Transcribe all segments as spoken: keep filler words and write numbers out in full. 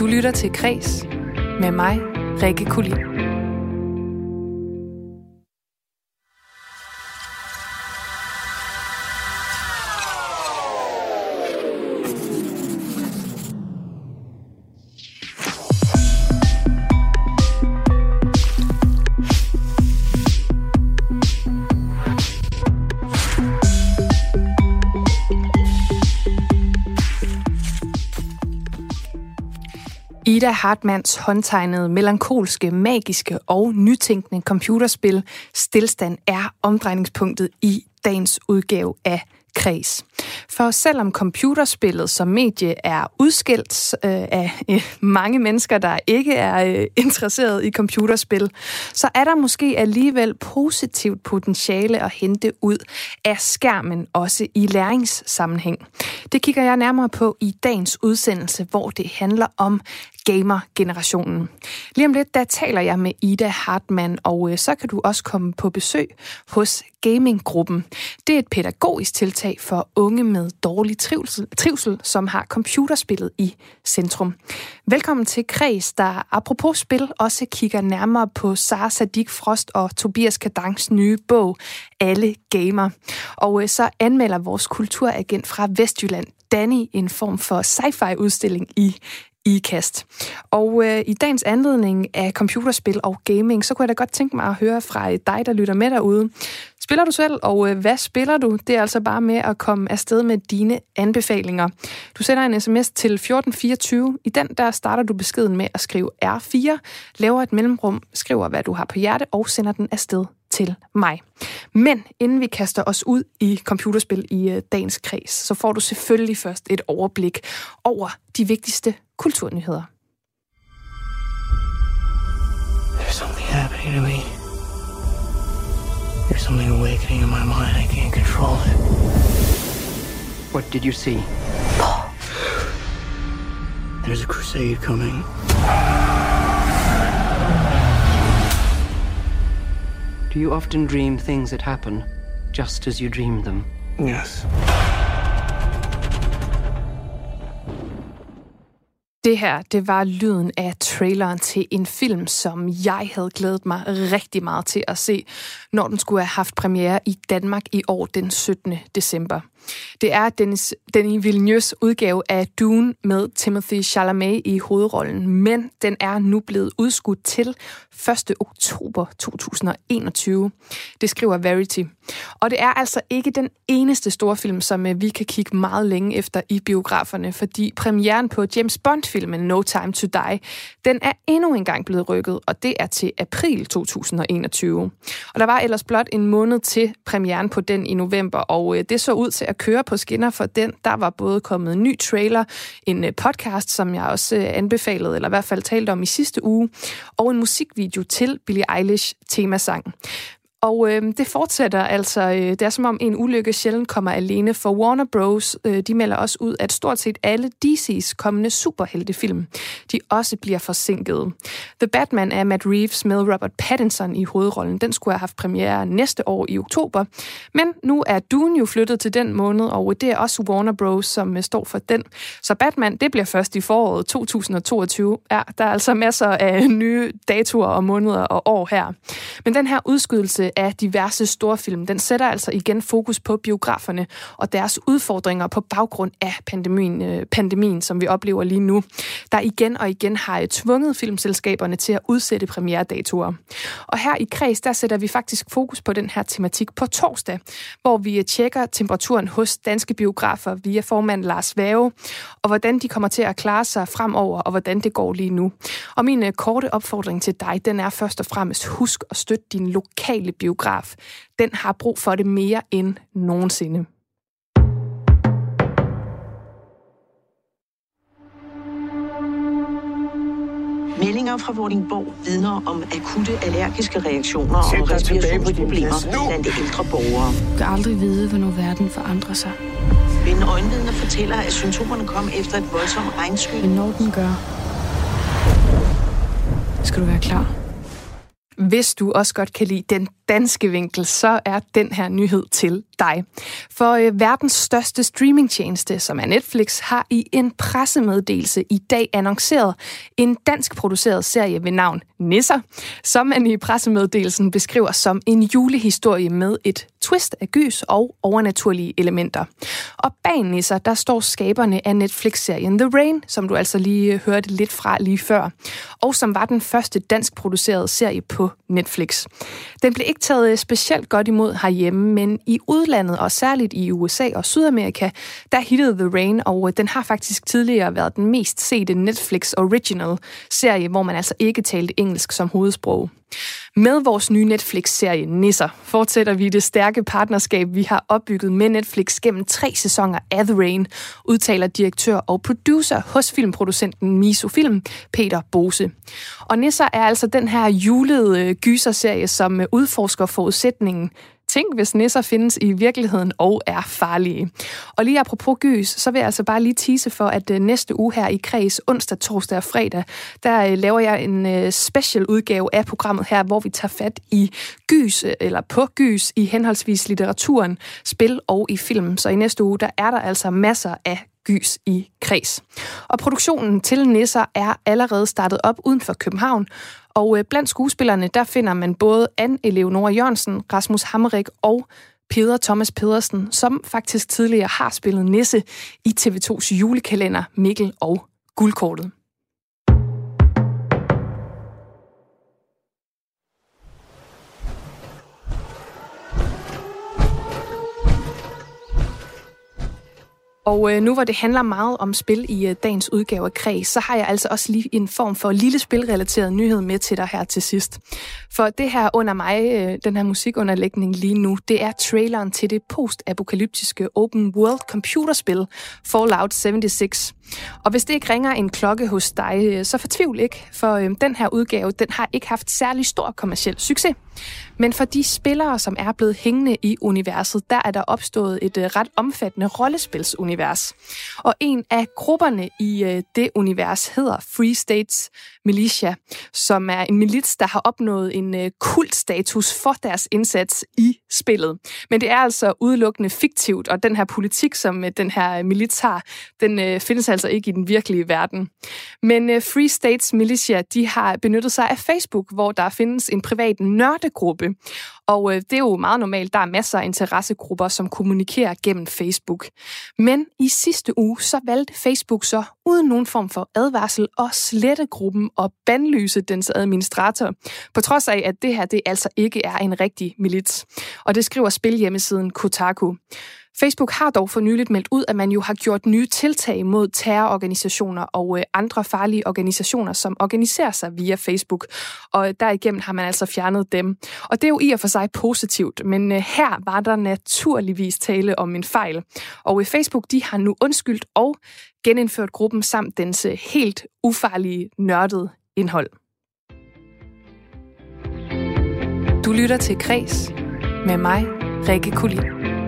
Du lytter til Kres med mig, Rikke Kulin. Ida Hartmanns håndtegnede, melankolske, magiske og nytænkende computerspil Stilstand er omdrejningspunktet i dagens udgave af Kres. For selvom computerspillet som medie er udskilt øh, af øh, mange mennesker, der ikke er øh, interesseret i computerspil, så er der måske alligevel positivt potentiale at hente ud af skærmen, også i læringssammenhæng. Det kigger jeg nærmere på i dagens udsendelse, hvor det handler om gamer-generationen. Lige om lidt, der taler jeg med Ida Hartmann, og øh, så kan du også komme på besøg hos Gaminggruppen. Det er et pædagogisk tiltag for unge med dårlig trivsel, trivsel, som har computerspillet i centrum. Velkommen til Kres, der apropos spil også kigger nærmere på Sara Siddiq Frost og Tobias Kadans nye bog, Alle Gamer. Og øh, så anmelder vores kulturagent fra Vestjylland, Danny, en form for sci-fi udstilling i IKAST. Og øh, i dagens anledning af computerspil og gaming, så kunne jeg da godt tænke mig at høre fra dig, der lytter med derude. Spiller du selv, og øh, hvad spiller du? Det er altså bare med at komme afsted med dine anbefalinger. Du sender en sms til fjorten fireogtyve. I den der starter du beskeden med at skrive R fire, laver et mellemrum, skriver hvad du har på hjerte og sender den afsted til mig. Men inden vi kaster os ud i computerspil i øh, dagens kreds, så får du selvfølgelig først et overblik over de vigtigste kulturnyheder. There's something happening to me. There's something awakening in my mind. I can't control it. What did you see? There's a crusade coming. Do you often dream things that happen just as you dream them? Yes. Det her, det var lyden af traileren til en film, som jeg havde glædet mig rigtig meget til at se, når den skulle have haft premiere i Danmark i år den syttende december. Det er Denis, Denis Villeneuves udgave af Dune med Timothée Chalamet i hovedrollen, men den er nu blevet udskudt til første oktober to tusind og enogtyve. Det skriver Verity. Og det er altså ikke den eneste store film, som vi kan kigge meget længe efter i biograferne, fordi premieren på James Bond-filmen No Time to Die, den er endnu engang blevet rykket, og det er til april to tusind og enogtyve. Og der var ellers blot en måned til premieren på den i november, og det så ud til at køre på skinner for den. Der var både kommet en ny trailer, en podcast, som jeg også anbefalede, eller i hvert fald talte om i sidste uge, og en musikvideo til Billie Eilish temasang. Og øh, det fortsætter altså, øh, det er som om en ulykke sjældent kommer alene, for Warner Bros. Øh, de melder også ud, at stort set alle D C's kommende superheltefilm, de også bliver forsinket. The Batman af Matt Reeves med Robert Pattinson i hovedrollen, den skulle have haft premiere næste år i oktober, men nu er Dune jo flyttet til den måned, og det er også Warner Bros., som står for den. Så Batman, det bliver først i foråret to tusind og toogtyve. Ja, der er altså masser af nye datoer og måneder og år her. Men den her udskydelse af diverse storfilm, den sætter altså igen fokus på biograferne og deres udfordringer på baggrund af pandemien, pandemien, som vi oplever lige nu, der igen og igen har tvunget filmselskaberne til at udsætte premieredatoer. Og her i Kres, der sætter vi faktisk fokus på den her tematik på torsdag, hvor vi tjekker temperaturen hos danske biografer via formand Lars Vave, og hvordan de kommer til at klare sig fremover, og hvordan det går lige nu. Og min korte opfordring til dig, den er først og fremmest, husk at støtte din lokale biograf. Den har brug for det mere end nogensinde. Meldinger fra Vordingborg vidner om akutte allergiske reaktioner og respirationsproblemer blandt ældre borgere. Du kan aldrig vide, hvornår verden forandrer sig. Men øjenvidner fortæller, at symptomerne kom efter et voldsomt regnskyld. Men når den gør, skal du være klar. Hvis du også godt kan lide den danske vinkel, så er den her nyhed til dig. For øh, verdens største streamingtjeneste, som er Netflix, har i en pressemeddelelse i dag annonceret en dansk produceret serie ved navn Nisser, som man i pressemeddelelsen beskriver som en julehistorie med et twist af gys og overnaturlige elementer. Og bag Nisser, der står skaberne af Netflix-serien The Rain, som du altså lige hørte lidt fra lige før, og som var den første dansk producerede serie på Netflix. Den blev ikke taget specielt godt imod herhjemme, men i udlandet, og særligt i U S A og Sydamerika, der hittede The Rain, og den har faktisk tidligere været den mest sete Netflix Original serie, hvor man altså ikke talte engelsk som hovedsprog. Med vores nye Netflix-serie Nisser fortsætter vi det stærke partnerskab, vi har opbygget med Netflix gennem tre sæsoner af The Rain, udtaler direktør og producer hos filmproducenten Miso Film, Peter Bose. Og Nisser er altså den her julede gyserserie, som udforsker forudsætningen. Tænk, hvis nisser findes i virkeligheden og er farlige. Og lige apropos gys, så vil jeg altså bare lige tease for, at næste uge her i Kreds, onsdag, torsdag og fredag, der laver jeg en special udgave af programmet her, hvor vi tager fat i gys, eller på gys, i henholdsvis litteraturen, spil og i film. Så i næste uge, der er der altså masser af gys i Kreds. Og produktionen til Nisser er allerede startet op uden for København, og blandt skuespillerne, der finder man både Anne Eleonora Jørgensen, Rasmus Hammerik og Peder Thomas Pedersen, som faktisk tidligere har spillet nisse i T V to's julekalender Mikkel og Guldkortet. Og øh, nu hvor det handler meget om spil i øh, dagens udgave af Kreds, så har jeg altså også lige en form for lille spilrelateret nyhed med til dig her til sidst. For det her under mig, øh, den her musikunderlægning lige nu, det er traileren til det post-apokalyptiske open world computerspil Fallout seventy-six. Og hvis det ikke ringer en klokke hos dig, øh, så fortvivl ikke, for øh, den her udgave, den har ikke haft særlig stor kommerciel succes. Men for de spillere, som er blevet hængende i universet, der er der opstået et uh, ret omfattende rollespilsunivers. Og en af grupperne i uh, det univers hedder Free States Militia, som er en milits, der har opnået en uh, kultstatus for deres indsats i spillet. Men det er altså udelukkende fiktivt, og den her politik, som uh, den her milits har, den uh, findes altså ikke i den virkelige verden. Men uh, Free States Militia, de har benyttet sig af Facebook, hvor der findes en privat nørdegruppe. Og øh, det er jo meget normalt, der er masser af interessegrupper, som kommunikerer gennem Facebook. Men i sidste uge, så valgte Facebook så uden nogen form for advarsel at slette gruppen og bandlyse dens administrator, på trods af, at det her det altså ikke er en rigtig milits. Og det skriver spilhjemmesiden Kotaku. Facebook har dog for nyligt meldt ud, at man jo har gjort nye tiltag mod terrororganisationer og andre farlige organisationer, som organiserer sig via Facebook. Og derigennem har man altså fjernet dem. Og det er jo i og for sig positivt, men her var der naturligvis tale om en fejl. Og Facebook, de har nu undskyldt og genindført gruppen samt dens helt ufarlige, nørdede indhold. Du lytter til Kreds med mig, Rikke Kulin.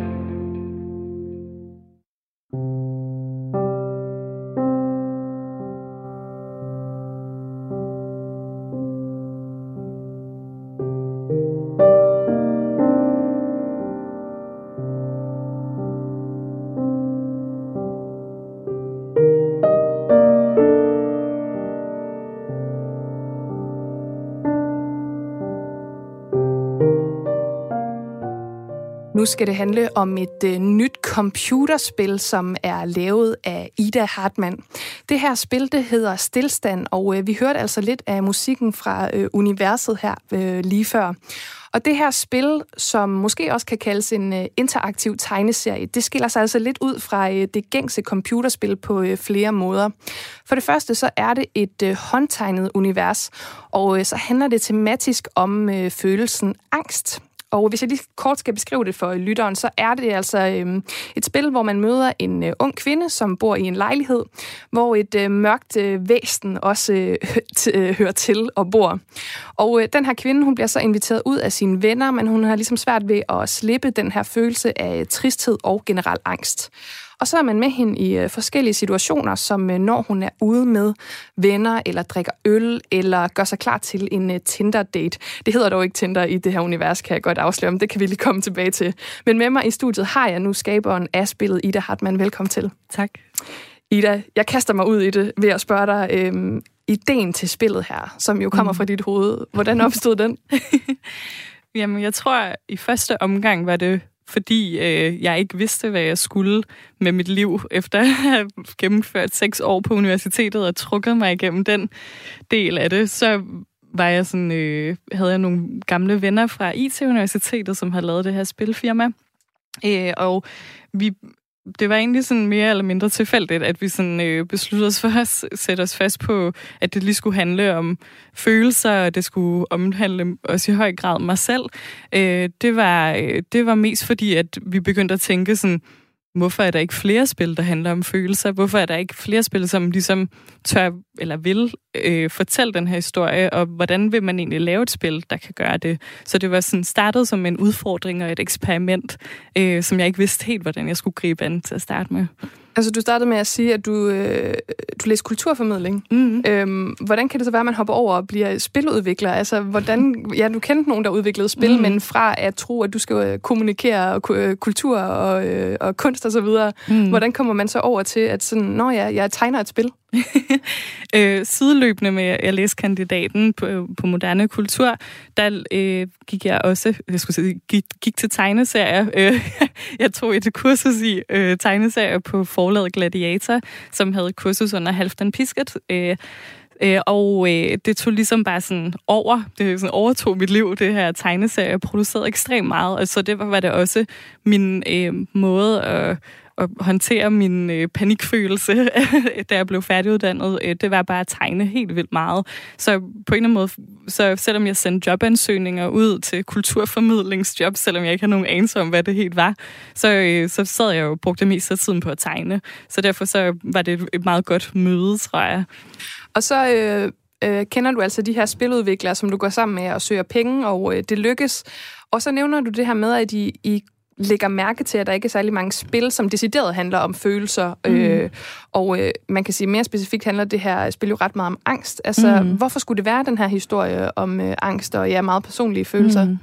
Nu skal det handle om et øh, nyt computerspil, som er lavet af Ida Hartmann. Det her spil, det hedder Stilstand, og øh, vi hørte altså lidt af musikken fra øh, universet her øh, lige før. Og det her spil, som måske også kan kaldes en øh, interaktiv tegneserie, det skiller sig altså lidt ud fra øh, det gængse computerspil på øh, flere måder. For det første så er det et øh, håndtegnet univers, og øh, så handler det tematisk om øh, følelsen angst. Og hvis jeg lige kort skal beskrive det for lytteren, så er det altså øhm, et spil, hvor man møder en øh, ung kvinde, som bor i en lejlighed, hvor et øh, mørkt øh, væsen også øh, t- øh, hører til og bor. Og øh, den her kvinde, hun bliver så inviteret ud af sine venner, men hun har ligesom svært ved at slippe den her følelse af tristhed og generel angst. Og så er man med hende i øh, forskellige situationer, som øh, når hun er ude med venner, eller drikker øl, eller gør sig klar til en øh, Tinder-date. Det hedder dog ikke Tinder i det her univers, kan jeg godt afsløre, men det kan vi lige komme tilbage til. Men med mig i studiet har jeg nu skaberen af spillet, Ida Hartmann. Velkommen til. Tak. Ida, jeg kaster mig ud i det ved at spørge dig, øhm, ideen til spillet her, som jo kommer mm. fra dit hoved, hvordan opstod den? Jamen, jeg tror, i første omgang var det, fordi øh, jeg ikke vidste, hvad jeg skulle med mit liv, efter at have gennemført seks år på universitetet og trukket mig igennem den del af det. Så var jeg sådan, øh, havde jeg nogle gamle venner fra I T-universitetet, som havde lavet det her spilfirma. Øh, og vi... Det var egentlig sådan mere eller mindre tilfældigt, at vi sådan, øh, besluttede os for at sætte os fast på, at det lige skulle handle om følelser, og det skulle omhandle os i høj grad mig selv. Øh, det, var, øh, det var mest fordi, at vi begyndte at tænke sådan, hvorfor er der ikke flere spil, der handler om følelser? Hvorfor er der ikke flere spil, som ligesom tør eller vil øh, fortælle den her historie? Og hvordan vil man egentlig lave et spil, der kan gøre det? Så det var sådan startet som en udfordring og et eksperiment, øh, som jeg ikke vidste helt, hvordan jeg skulle gribe an til at starte med. Altså, du startede med at sige, at du, øh, du læste kulturformidling. Mm-hmm. Øhm, hvordan kan det så være, at man hopper over og bliver spiludvikler? Altså, hvordan... Ja, du kendte nogen, der udviklede spil, mm-hmm. men fra at tro, at du skal kommunikere og, øh, kultur og, øh, og kunst og så videre, mm. hvordan kommer man så over til, at sådan, nå ja, jeg tegner et spil? øh, sideløbende med, at jeg læste kandidaten på, på moderne kultur, der øh, gik jeg også, jeg skulle sige, gik, gik til tegneserier. Øh, jeg tog et kursus i øh, tegneserier på forlaget Gladiator, som havde kursus under Halfdan Pisket. Øh, Øh, og øh, det tog ligesom bare sådan over, det sådan overtog mit liv, det her tegneserie. Jeg producerede ekstremt meget, og så det var, var det også min øh, måde at, at håndtere min øh, panikfølelse, da jeg blev færdiguddannet. Øh, det var bare at tegne helt vildt meget. Så på en eller anden måde, så selvom jeg sendte jobansøgninger ud til kulturformidlingsjob, selvom jeg ikke havde nogen anelse om, hvad det helt var, så, øh, så sad jeg jo og brugte mest af tiden på at tegne. Så derfor så var det et meget godt møde, tror jeg. Og så øh, øh, kender du altså de her spiludviklere, som du går sammen med og søger penge, og øh, det lykkes. Og så nævner du det her med, at I, I lægger mærke til, at der ikke er særlig mange spil, som decideret handler om følelser. Mm. Øh, og øh, man kan sige, mere specifikt handler det her spil jo ret meget om angst. Altså, mm. hvorfor skulle det være den her historie om øh, angst og ja, meget personlige følelser? Mm.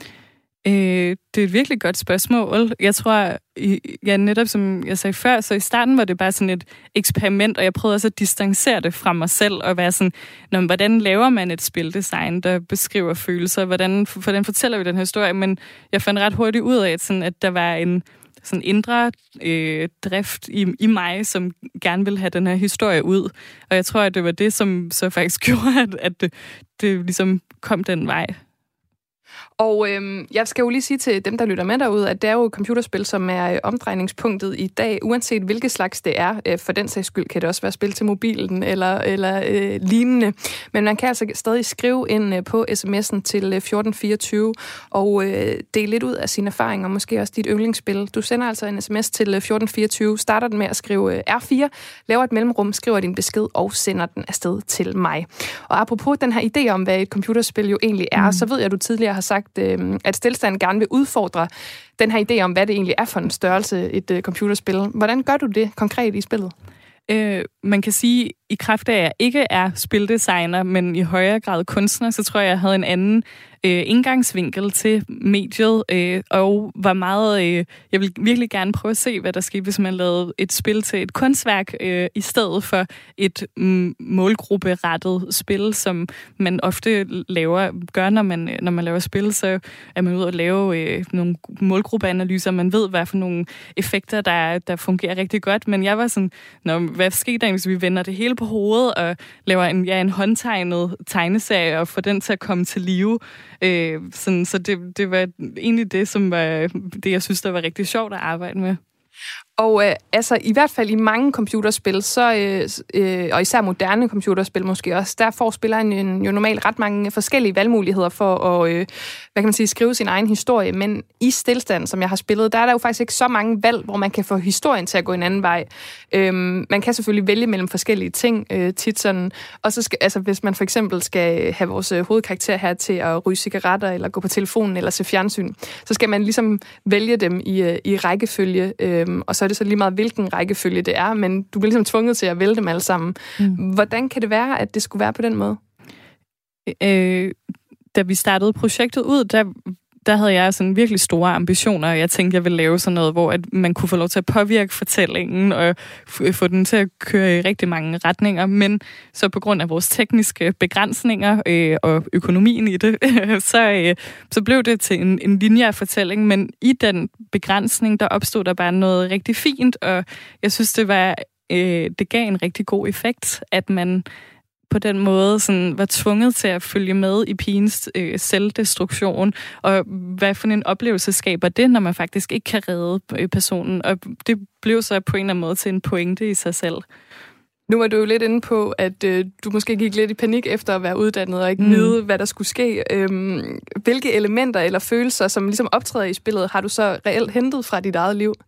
Øh, det er et virkelig godt spørgsmål. Jeg tror, ja, netop som jeg sagde før, så i starten var det bare sådan et eksperiment, og jeg prøvede også at distancere det fra mig selv, og være sådan, nå, hvordan laver man et spildesign, der beskriver følelser? Hvordan, hvordan fortæller vi den her historie? Men jeg fandt ret hurtigt ud af, at, sådan, at der var en sådan indre øh, drift i, i mig, som gerne ville have den her historie ud. Og jeg tror, at det var det, som så faktisk gjorde, at, at det, det ligesom kom den vej. Og øhm, jeg skal jo lige sige til dem, der lytter med derude, at det er jo et computerspil, som er omdrejningspunktet i dag, uanset hvilket slags det er. Øh, for den sags skyld kan det også være spil til mobilen eller, eller øh, lignende. Men man kan altså stadig skrive ind øh, på sms'en til øh, fjorten fireogtyve og øh, dele lidt ud af sine erfaringer, måske også dit yndlingsspil. Du sender altså en sms til øh, fjorten fireogtyve, starter den med at skrive øh, R fire, laver et mellemrum, skriver din besked og sender den afsted til mig. Og apropos den her idé om, hvad et computerspil jo egentlig er, mm. så ved jeg, at du tidligere har sagt, at Stilstand gerne vil udfordre den her idé om, hvad det egentlig er for en størrelse, et uh, computerspil. Hvordan gør du det konkret i spillet? Øh, man kan sige, i kraft af, at jeg ikke er spildesigner, men i højere grad kunstner, så tror jeg, jeg havde en anden øh, indgangsvinkel til mediet, øh, og var meget... Øh, jeg vil virkelig gerne prøve at se, hvad der sker, hvis man lavede et spil til et kunstværk, øh, i stedet for et mm, målgrupperettet spil, som man ofte laver, gør, når man, når man laver spil, så er man ude og lave øh, nogle målgruppeanalyser, man ved, hvad for nogle effekter, der, der fungerer rigtig godt, men jeg var sådan, Nå, hvad sker der, hvis vi vender det hele på hovedet og laver en, ja, en håndtegnet tegneserie og får den til at komme til live. Øh, sådan, så det, det var egentlig det, som var det, jeg synes, der var rigtig sjovt at arbejde med. Og øh, altså i hvert fald i mange computerspil, så, øh, øh, og især moderne computerspil måske også, der får spilleren en, jo normalt ret mange forskellige valgmuligheder for at, øh, hvad kan man sige, skrive sin egen historie. Men i Stilstand, som jeg har spillet, der er der jo faktisk ikke så mange valg, hvor man kan få historien til at gå en anden vej. Øh, man kan selvfølgelig vælge mellem forskellige ting øh, tit sådan. Og så skal, altså hvis man for eksempel skal have vores hovedkarakter her til at ryge cigaretter, eller gå på telefonen, eller se fjernsyn, så skal man ligesom vælge dem i, i rækkefølge, øh, og så er det så lige meget, hvilken rækkefølge det er, men du bliver ligesom tvunget til at vælge dem alle sammen. Mm. Hvordan kan det være, at det skulle være på den måde? Øh, da vi startede projektet ud, der der havde jeg sådan virkelig store ambitioner, og jeg tænkte, jeg ville lave sådan noget, hvor at man kunne få lov til at påvirke fortællingen og f- få den til at køre i rigtig mange retninger, men så på grund af vores tekniske begrænsninger øh, og økonomien i det, så, øh, så blev det til en, en lineær fortælling, men i den begrænsning, der opstod der bare noget rigtig fint, og jeg synes, det var øh, det gav en rigtig god effekt, at man på den måde sådan, var tvunget til at følge med i pigens øh, selvdestruktion, og hvad for en oplevelse skaber det, når man faktisk ikke kan redde øh, personen, og det blev så på en eller anden måde til en pointe i sig selv. Nu var du jo lidt inde på, at øh, du måske gik lidt i panik efter at være uddannet og ikke mm. vide, hvad der skulle ske. Øhm, hvilke elementer eller følelser, som ligesom optræder i spillet, har du så reelt hentet fra dit eget liv?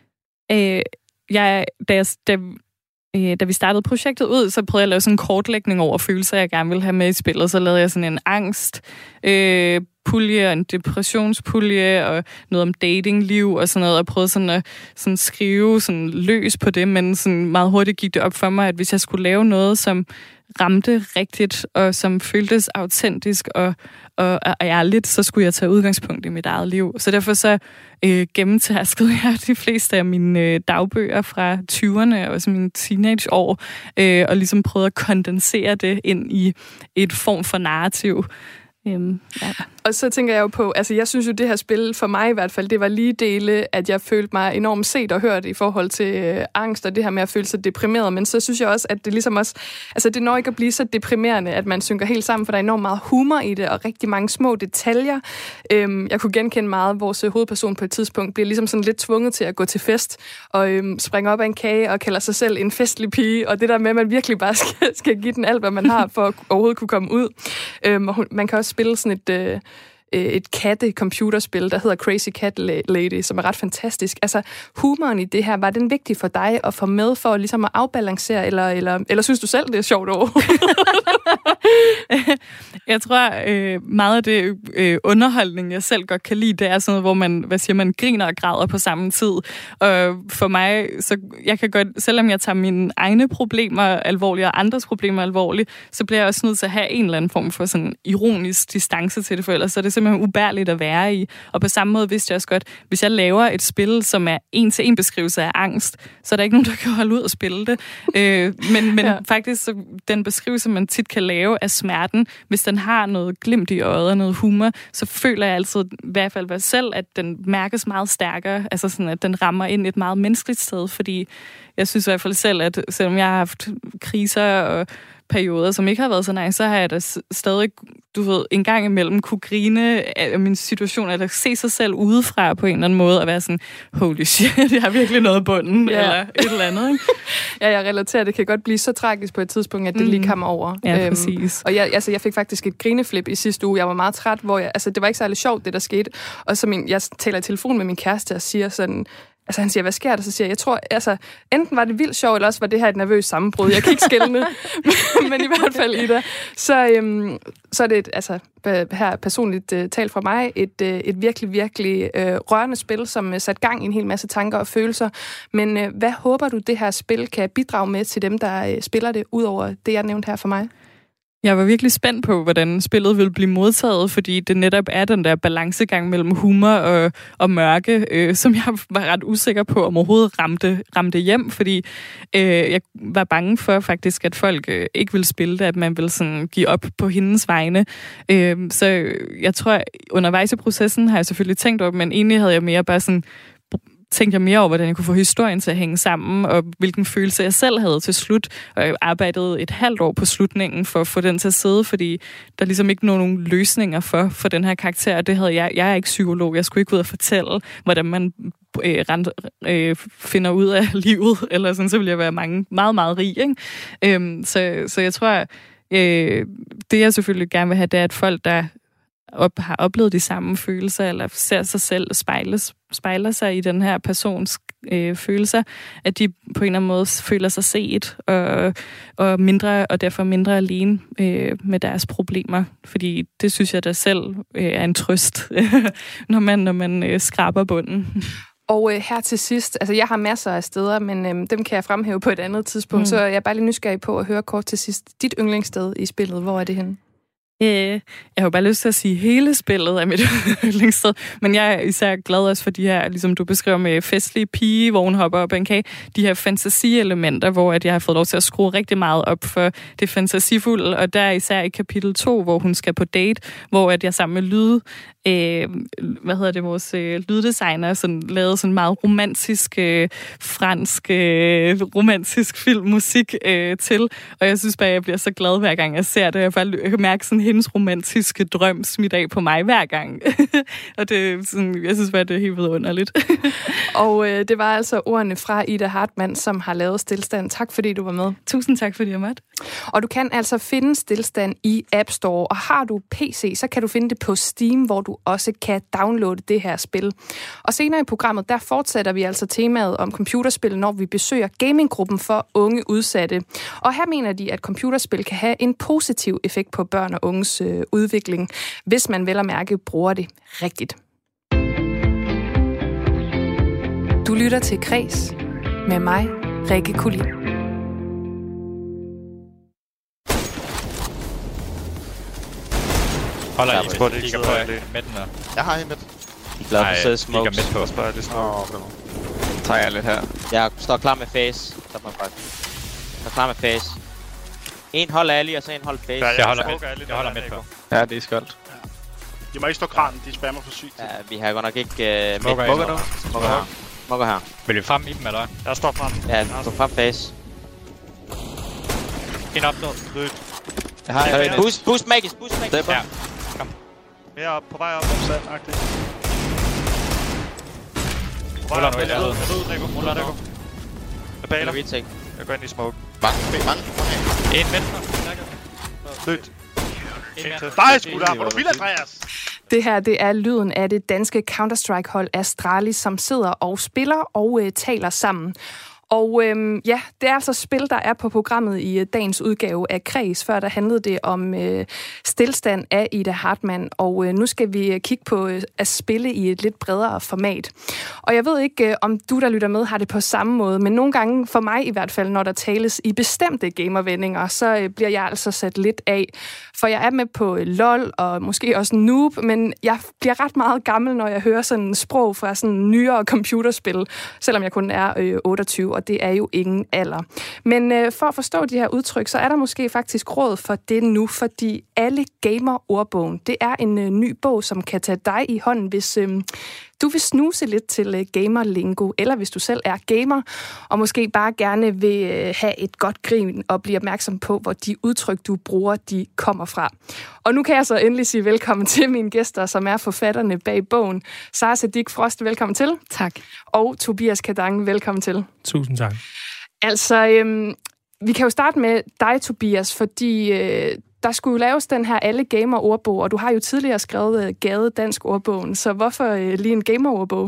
Øh, jeg, da jeg... Da Da vi startede projektet ud, så prøvede jeg at lave sådan en kortlægning over følelser, jeg gerne ville have med i spillet. Så lavede jeg sådan en angst, øh, pulje og en depressionspulje og noget om datingliv og sådan noget, og prøvede sådan at sådan skrive sådan løs på det, men sådan meget hurtigt gik det op for mig, at hvis jeg skulle lave noget, som ramte rigtigt, og som føltes autentisk og, og, og ærligt, så skulle jeg tage udgangspunkt i mit eget liv. Så derfor så øh, gennemtærskede jeg de fleste af mine øh, dagbøger fra tyverne og også mine teenageår, øh, og ligesom prøvede at kondensere det ind i et form for narrativ. Øhm, ja. Og så tænker jeg jo på, altså jeg synes jo, det her spil, for mig i hvert fald, det var lige dele, at jeg følte mig enormt set og hørt i forhold til øh, angst og det her med at føle sig deprimeret, men så synes jeg også, at det ligesom også, altså det når ikke at blive så deprimerende, at man synker helt sammen, for der er enormt meget humor i det, og rigtig mange små detaljer. Øhm, jeg kunne genkende meget, vores hovedperson på et tidspunkt bliver ligesom sådan lidt tvunget til at gå til fest, og øhm, springe op af en kage og kalder sig selv en festlig pige, og det der med, at man virkelig bare skal, skal give den alt, hvad man har, for at overhovedet kunne komme ud. Øhm, og hun, man kan også spille sådan et... Øh, et katte-computerspil, der hedder Crazy Cat Lady, som er ret fantastisk. Altså, humoren i det her, var den vigtig for dig at få med for ligesom at afbalancere, eller, eller, eller synes du selv, det er sjovt over? Jeg tror, øh, meget af det øh, underholdning, jeg selv godt kan lide, det er sådan noget, hvor man, hvad siger man, griner og græder på samme tid. Og for mig, så jeg kan godt, selvom jeg tager mine egne problemer alvorligt, og andres problemer alvorligt, så bliver jeg også nødt til at have en eller anden form for sådan ironisk distance til det, for ellers så er det simpelthen ubærligt at være i. Og på samme måde vidste jeg også godt, hvis jeg laver et spil, som er en-til-en beskrivelse af angst, så er der ikke nogen, der kan holde ud og spille det. Øh, men men ja. faktisk, så den beskrivelse, man tit kan lave af smerten, hvis den har noget glimt i øjet og noget humor, så føler jeg altid, i hvert fald selv, at den mærkes meget stærkere. Altså sådan, at den rammer ind et meget menneskeligt sted, fordi jeg synes i hvert fald selv, at selvom jeg har haft kriser og perioder, som ikke har været så nice, så har jeg da stadig, du ved, en gang imellem kunne grine af min situation, eller se sig selv udefra på en eller anden måde, og være sådan, holy shit, jeg har virkelig noget bunden, ja. Eller et eller andet. Ikke? Ja, jeg relaterer, det kan godt blive så tragisk på et tidspunkt, at det mm. lige kommer over. Ja, øhm, præcis. Og jeg, altså, jeg fik faktisk et grineflip i sidste uge. Jeg var meget træt, hvor jeg, altså, det var ikke særlig sjovt, det der skete. Og så min, jeg taler i telefon med min kæreste og siger sådan, altså han siger, hvad sker der? Så siger jeg, jeg tror, altså, enten var det vildt sjovt, eller også var det her et nervøst sammenbrud. Jeg kan ikke skelne, men i hvert fald i det. Så, øhm, så er det et, altså, her personligt uh, talt fra mig, et, uh, et virkelig, virkelig uh, rørende spil, som uh, satte gang i en hel masse tanker og følelser. Men uh, hvad håber du, det her spil kan bidrage med til dem, der uh, spiller det, ud over det, jeg nævnte her for mig? Jeg var virkelig spændt på, hvordan spillet ville blive modtaget, fordi det netop er den der balancegang mellem humor og, og mørke, øh, som jeg var ret usikker på, om overhovedet ramte, ramte hjem, fordi øh, jeg var bange for faktisk, at folk øh, ikke ville spille det, at man ville sådan give op på hendes vegne. Øh, så jeg tror, undervejs i processen har jeg selvfølgelig tænkt over, men egentlig havde jeg mere bare sådan tænkte jeg mere over, hvordan jeg kunne få historien til at hænge sammen, og hvilken følelse jeg selv havde til slut. Og jeg arbejdede et halvt år på slutningen for at få den til at sidde, fordi der ligesom ikke nogen løsninger for, for den her karakter. Det havde jeg. Jeg er ikke psykolog. Jeg skulle ikke ud og fortælle, hvordan man øh, rent, øh, finder ud af livet, eller sådan, så ville jeg være mange, meget, meget rig. Ikke? Øhm, så, så jeg tror, øh, det jeg selvfølgelig gerne vil have, det er, at folk, der op, har oplevet de samme følelser, eller ser sig selv spejles, spejler sig i den her persons øh, følelser, at de på en eller anden måde føler sig set, og, og, mindre, og derfor mindre alene øh, med deres problemer. Fordi det synes jeg da selv øh, er en trøst, når man, når man øh, skraber bunden. Og øh, her til sidst, altså jeg har masser af steder, men øh, dem kan jeg fremhæve på et andet tidspunkt, mm. så jeg er bare lige nysgerrig på at høre kort til sidst. Dit yndlingssted i spillet, hvor er det henne? Yeah. Jeg har jo bare lyst til at sige, at hele spillet er mit yndlingssted, men jeg er især glad også for de her, ligesom du beskriver med festlige pige, hvor hun hopper op af en kage, de her fantasielementer, hvor at jeg har fået lov til at skrue rigtig meget op for det fantasifulde, og der er især i kapitel to, hvor hun skal på date, hvor at jeg sammen med lyd, øh, hvad hedder det, vores øh, lyddesigner, sådan, lavede sådan meget romantisk, øh, fransk, øh, romantisk filmmusik øh, til, og jeg synes bare, jeg bliver så glad hver gang jeg ser det, jeg bare jeg kan mærke sådan hendes romantiske drøm smidt af på mig hver gang. Og det sådan, jeg synes bare, det er helt vidunderligt. Og øh, det var altså ordene fra Ida Hartmann, som har lavet Stilstand. Tak fordi du var med. Tusind tak fordi jeg måtte. Og du kan altså finde Stilstand i App Store, og har du P C, så kan du finde det på Steam, hvor du også kan downloade det her spil. Og senere i programmet, der fortsætter vi altså temaet om computerspil, når vi besøger gaminggruppen for unge udsatte. Og her mener de, at computerspil kan have en positiv effekt på børn og unges øh, udvikling, hvis man vel at mærke bruger det rigtigt. Du lytter til Kres med mig, Rikke Kulin. Holder I midt? I kigger på midten der. Jeg har en midt. I er glad for at sætte smokes. I kigger midt på. Jeg det smoke. Oh, okay. Tager jeg lidt her. Jeg står klar med face. Stop mig bare. Jeg er klar med face. En hold Ali, og så en hold face. Jeg holder midt. Jeg holder midt på. Ja, det er skoldt. Ja. De må ikke stå kranen, de spammer for sygt. Ja, vi har godt nok ikke uh, smoker midt. Smoker nu. Smoker her. Smoker her. Vil vi frem i dem, eller? Jeg står frem. Ja, du frem face. En opnået. Rødt. Jeg har en. Boost, boost Magis, boost Magis. Ja. Kom. Mere op, på vej op, opsat-agtigt. Ruller nu et andet. Ruller Nico. Jeg baler. Retake. Jeg går ind i smoke. Mange, mange. En venstre. Lødt. Nej, sgu da. Hvor du vil, Andreas? Det her, det er lyden af det danske Counter-Strike-hold Astralis, som sidder og spiller og øh, taler sammen. Og øhm, ja, det er altså spil, der er på programmet i øh, dagens udgave af Kres. Før der handlede det om øh, Stilstand af Ida Hartmann, og øh, nu skal vi øh, kigge på øh, at spille i et lidt bredere format. Og jeg ved ikke, øh, om du, der lytter med, har det på samme måde, men nogle gange, for mig i hvert fald, når der tales i bestemte gamervendinger, så øh, bliver jeg altså sat lidt af. For jeg er med på øh, LOL og måske også Noob, men jeg bliver ret meget gammel, når jeg hører sådan sprog fra sådan nyere computerspil, selvom jeg kun er øh, otteogtyve, og det er jo ingen alder. Men øh, for at forstå de her udtryk, så er der måske faktisk råd for det nu, fordi Alle Gamer-ordbogen, det er en øh, ny bog, som kan tage dig i hånden, hvis øh, du vil snuse lidt til øh, gamer-lingo, eller hvis du selv er gamer, og måske bare gerne vil øh, have et godt grin og blive opmærksom på, hvor de udtryk, du bruger, de kommer fra. Og nu kan jeg så endelig sige velkommen til mine gæster, som er forfatterne bag bogen. Sara Siddiq Frost, velkommen til. Tak. Og Tobias Kadange, velkommen til. Tusind tak. Altså, øhm, vi kan jo starte med dig, Tobias, fordi øh, der skulle jo laves den her Alle Gamer-ordbog, og du har jo tidligere skrevet øh, Gade Dansk Ordbogen, så hvorfor øh, lige en gamer-ordbog?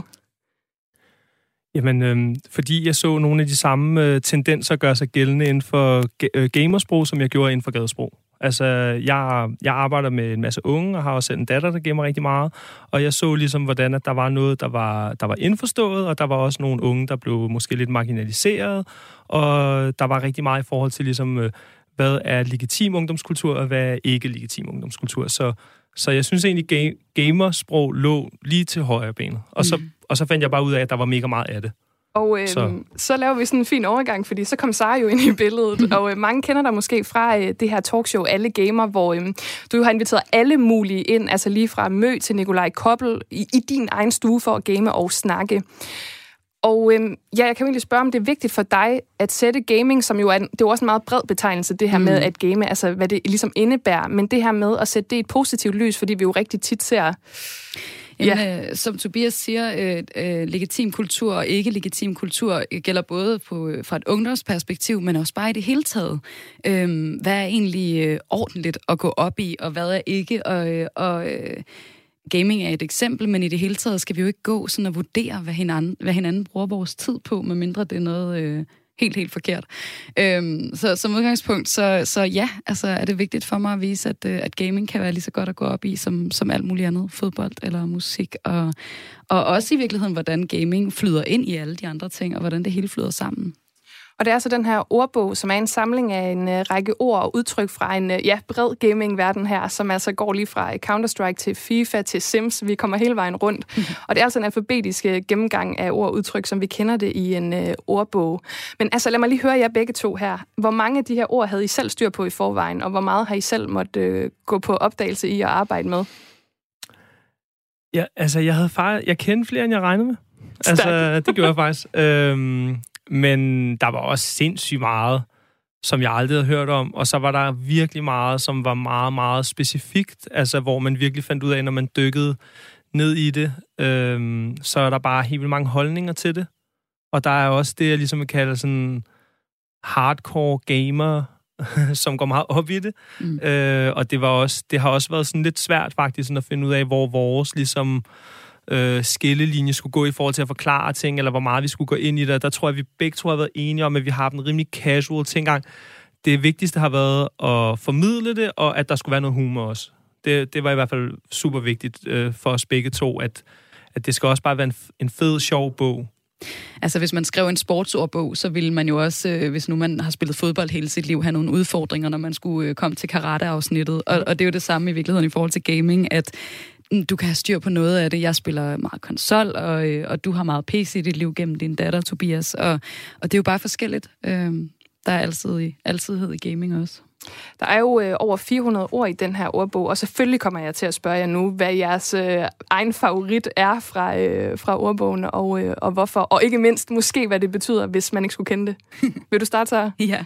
Jamen, øh, fordi jeg så nogle af de samme øh, tendenser gøre sig gældende inden for ga- øh, gamersprog, som jeg gjorde inden for gadesprog. Altså, jeg, jeg arbejder med en masse unge, og har også selv en datter, der gamer rigtig meget. Og jeg så ligesom, hvordan at der var noget, der var, der var indforstået, og der var også nogle unge, der blev måske lidt marginaliseret. Og der var rigtig meget i forhold til, ligesom, øh, hvad er legitim ungdomskultur, og hvad er ikke legitim ungdomskultur. Så, så jeg synes egentlig, ga- gamersprog lå lige til højre benet. Og så, mm. og så fandt jeg bare ud af, at der var mega meget af det. Og øhm, så. så laver vi sådan en fin overgang, fordi så kom Sara jo ind i billedet, og øh, mange kender dig måske fra øh, det her talkshow Alle Gamer, hvor øh, du har inviteret alle mulige ind, altså lige fra Mø til Nikolaj Koppel, i, i din egen stue for at game og snakke. Og øh, ja, jeg kan egentlig spørge, om det er vigtigt for dig at sætte gaming, som jo er, det er jo også en meget bred betegnelse, det her mm. med at game, altså hvad det ligesom indebærer, men det her med at sætte det i et positivt lys, fordi vi jo rigtig tit ser... Jamen, ja. øh, som Tobias siger, øh, øh, legitim kultur og ikke legitim kultur gælder både på, øh, fra et ungdomsperspektiv, men også bare i det hele taget. Øh, hvad er egentlig øh, ordentligt at gå op i, og hvad er ikke? Og, øh, og øh, gaming er et eksempel, men i det hele taget skal vi jo ikke gå sådan og vurdere, hvad hinanden, hvad hinanden bruger vores tid på, medmindre det er noget, øh, helt, helt forkert. Øhm, så som udgangspunkt, så, så ja, altså er det vigtigt for mig at vise, at, at gaming kan være lige så godt at gå op i, som, som alt muligt andet, fodbold eller musik, og, og også i virkeligheden, hvordan gaming flyder ind i alle de andre ting, og hvordan det hele flyder sammen. Og det er altså den her ordbog, som er en samling af en uh, række ord og udtryk fra en uh, ja, bred gaming-verden her, som altså går lige fra Counter-Strike til FIFA til Sims. Vi kommer hele vejen rundt. Og det er altså en alfabetisk uh, gennemgang af ord og udtryk, som vi kender det i en uh, ordbog. Men altså lad mig lige høre jer begge to her. Hvor mange af de her ord havde I selv styr på i forvejen, og hvor meget har I selv måtte uh, gå på opdagelse i og arbejde med? Ja, altså jeg havde faktisk... Jeg kendte flere, end jeg regnede med. Altså, det gjorde jeg faktisk. Øhm, men der var også sindssygt meget, som jeg aldrig havde hørt om. Og så var der virkelig meget, som var meget, meget specifikt. Altså, hvor man virkelig fandt ud af, når man dykkede ned i det, øhm, så er der bare helt vildt mange holdninger til det. Og der er også det, jeg ligesom vil kalde sådan hardcore gamer, som går meget op i det. Mm. Øh, og det, var også, det har også været sådan lidt svært faktisk sådan at finde ud af, hvor vores ligesom øh, skillelinje skulle gå i forhold til at forklare ting, eller hvor meget vi skulle gå ind i det. Der tror jeg, vi begge to har været enige om, at vi har haft en rimelig casual tilgang. Det vigtigste har været at formidle det, og at der skulle være noget humor også. Det, det var i hvert fald super vigtigt øh, for os begge to, at, at det skal også bare være en, en fed, sjov bog. Altså, hvis man skrev en sportsordbog, så ville man jo også, øh, hvis nu man har spillet fodbold hele sit liv, have nogle udfordringer, når man skulle øh, komme til karate-afsnittet. Og, og det er jo det samme i virkeligheden i forhold til gaming, at du kan have styr på noget af det. Jeg spiller meget konsol, og, øh, og du har meget P C i dit liv gennem din datter, Tobias. Og, og det er jo bare forskelligt. Øh, der er altid, altidhed i gaming også. Der er jo øh, over fire hundrede ord i den her ordbog, og selvfølgelig kommer jeg til at spørge jer nu, hvad jeres øh, egen favorit er fra, øh, fra ordbogen, og, øh, og hvorfor. Og ikke mindst måske, hvad det betyder, hvis man ikke skulle kende det. Vil du starte, Sara? Ja.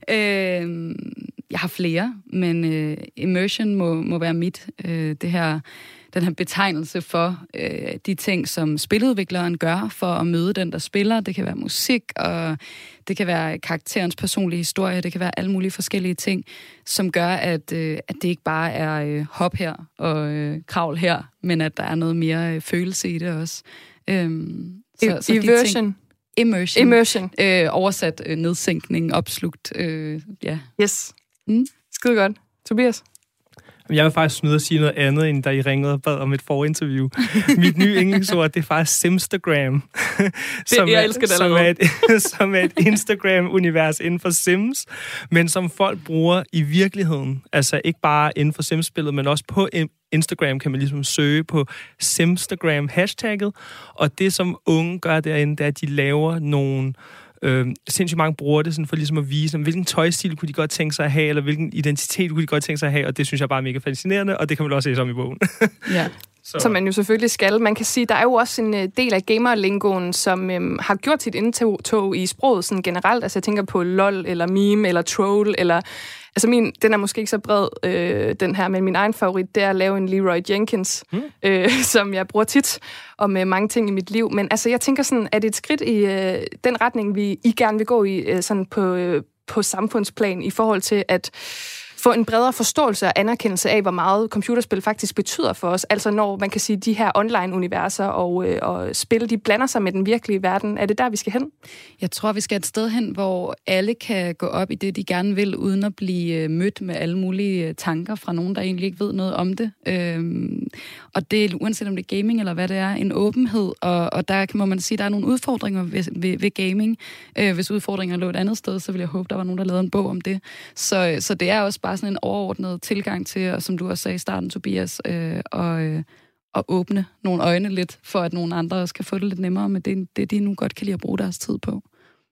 Øh, jeg har flere, men øh, immersion må, må være mit. Øh, det her... den her betegnelse for øh, de ting, som spiludvikleren gør for at møde den, der spiller. Det kan være musik, og det kan være karakterens personlige historie, det kan være alle mulige forskellige ting, som gør, at, øh, at det ikke bare er øh, hop her og øh, kravl her, men at der er noget mere øh, følelse i det også. Øhm, så, så Immersion. Ting, immersion. Immersion. Øh, oversat øh, nedsænkning, opslugt. Øh, ja. Yes. Mm. Skide godt. Tobias? Jeg vil faktisk snyde at sige noget andet, end da I ringede og bad om et forinterview. Mit nye yndlingsord, det er faktisk Simstagram. som, jeg elsker det som, er et, som er et Instagram-univers inden for Sims, men som folk bruger i virkeligheden. Altså ikke bare inden for Sims-spillet, men også på Instagram kan man ligesom søge på Simstagram-hashtagget. Og det, som unge gør derinde, det er, at de laver nogle... Øh, sindssygt mange bruger det sådan for ligesom at vise, hvilken tøjstil kunne de godt tænke sig at have, eller hvilken identitet kunne de godt tænke sig at have, og det synes jeg bare er mega fascinerende, og det kan man også læse om i bogen. Ja. Så. Som man jo selvfølgelig skal. Man kan sige, der er jo også en del af gamerlingoen, som øhm, har gjort sit indtog i sproget sådan generelt. Altså jeg tænker på lol, eller meme, eller troll, eller... Altså min, den er måske ikke så bred, øh, den her, men min egen favorit, det er at lave en Leroy Jenkins, mm. øh, som jeg bruger tit, og med mange ting i mit liv. Men altså jeg tænker sådan, at et skridt i øh, den retning, vi I gerne vil gå i, øh, sådan på, øh, på samfundsplan, i forhold til at få en bredere forståelse og anerkendelse af, hvor meget computerspil faktisk betyder for os. Altså når man kan sige, de her online-universer og, øh, og spil, de blander sig med den virkelige verden. Er det der, vi skal hen? Jeg tror, vi skal et sted hen, hvor alle kan gå op i det, de gerne vil, uden at blive mødt med alle mulige tanker fra nogen, der egentlig ikke ved noget om det. Øhm, og det er, uanset om det er gaming eller hvad det er, en åbenhed, og, og der må man sige, der er nogle udfordringer ved, ved, ved gaming. Øh, hvis udfordringer lå et andet sted, så ville jeg håbe, der var nogen, der lavede en bog om det. Så, så det er også bare sådan en overordnet tilgang til, og som du også sagde i starten, Tobias, øh, og, øh, og åbne nogle øjne lidt, for at nogle andre også kan få det lidt nemmere med det, det de nu godt kan lide at bruge deres tid på.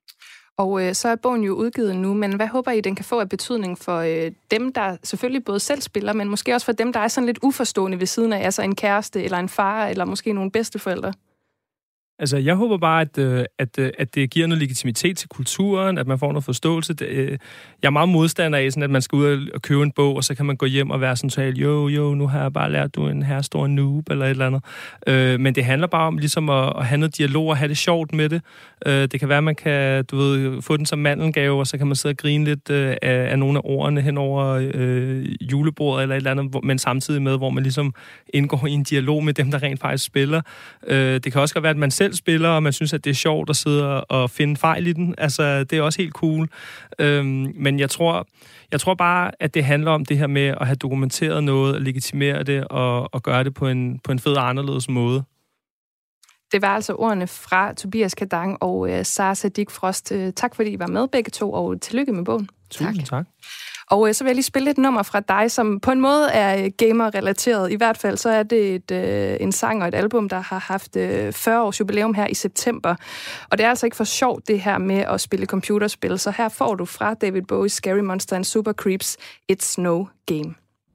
Og øh, så er bogen jo udgivet nu, men hvad håber I, den kan få af betydning for øh, dem, der selvfølgelig både selv spiller, men måske også for dem, der er sådan lidt uforstående ved siden af, altså en kæreste, eller en far, eller måske nogle bedsteforældre? Altså, jeg håber bare, at, at, at det giver noget legitimitet til kulturen, at man får noget forståelse. Jeg er meget modstander af, sådan, at man skal ud og købe en bog, og så kan man gå hjem og være sådan totalt, jo, jo, nu har jeg bare lært, du er en her stor noob, eller et eller andet. Men det handler bare om ligesom at, at have noget dialog og have det sjovt med det. Det kan være, at man kan, du ved, få den som mandelgave, og så kan man sidde og grine lidt af, af nogle af ordene hen over øh, julebordet, eller et eller andet, men samtidig med, hvor man ligesom indgår i en dialog med dem, der rent faktisk spiller. Det kan også godt være, at man selv selv spiller, og man synes, at det er sjovt at sidde og finde fejl i den. Altså, det er også helt cool. Øhm, men jeg tror, jeg tror bare, at det handler om det her med at have dokumenteret noget, og legitimere det, og, og gøre det på en, på en fed og anderledes måde. Det var altså ordene fra Tobias Kadang og uh, Sara Siddiq Frost. Uh, tak fordi I var med begge to, og tillykke med bogen. Tusind tak. tak. Og uh, så vil jeg lige spille et nummer fra dig, som på en måde er gamer-relateret. I hvert fald så er det et, uh, en sang og et album, der har haft uh, fyrre års jubilæum her i september. Og det er altså ikke for sjovt, det her med at spille computerspil. Så her får du fra David Bowie, Scary Monster and Super Creeps, It's No Game.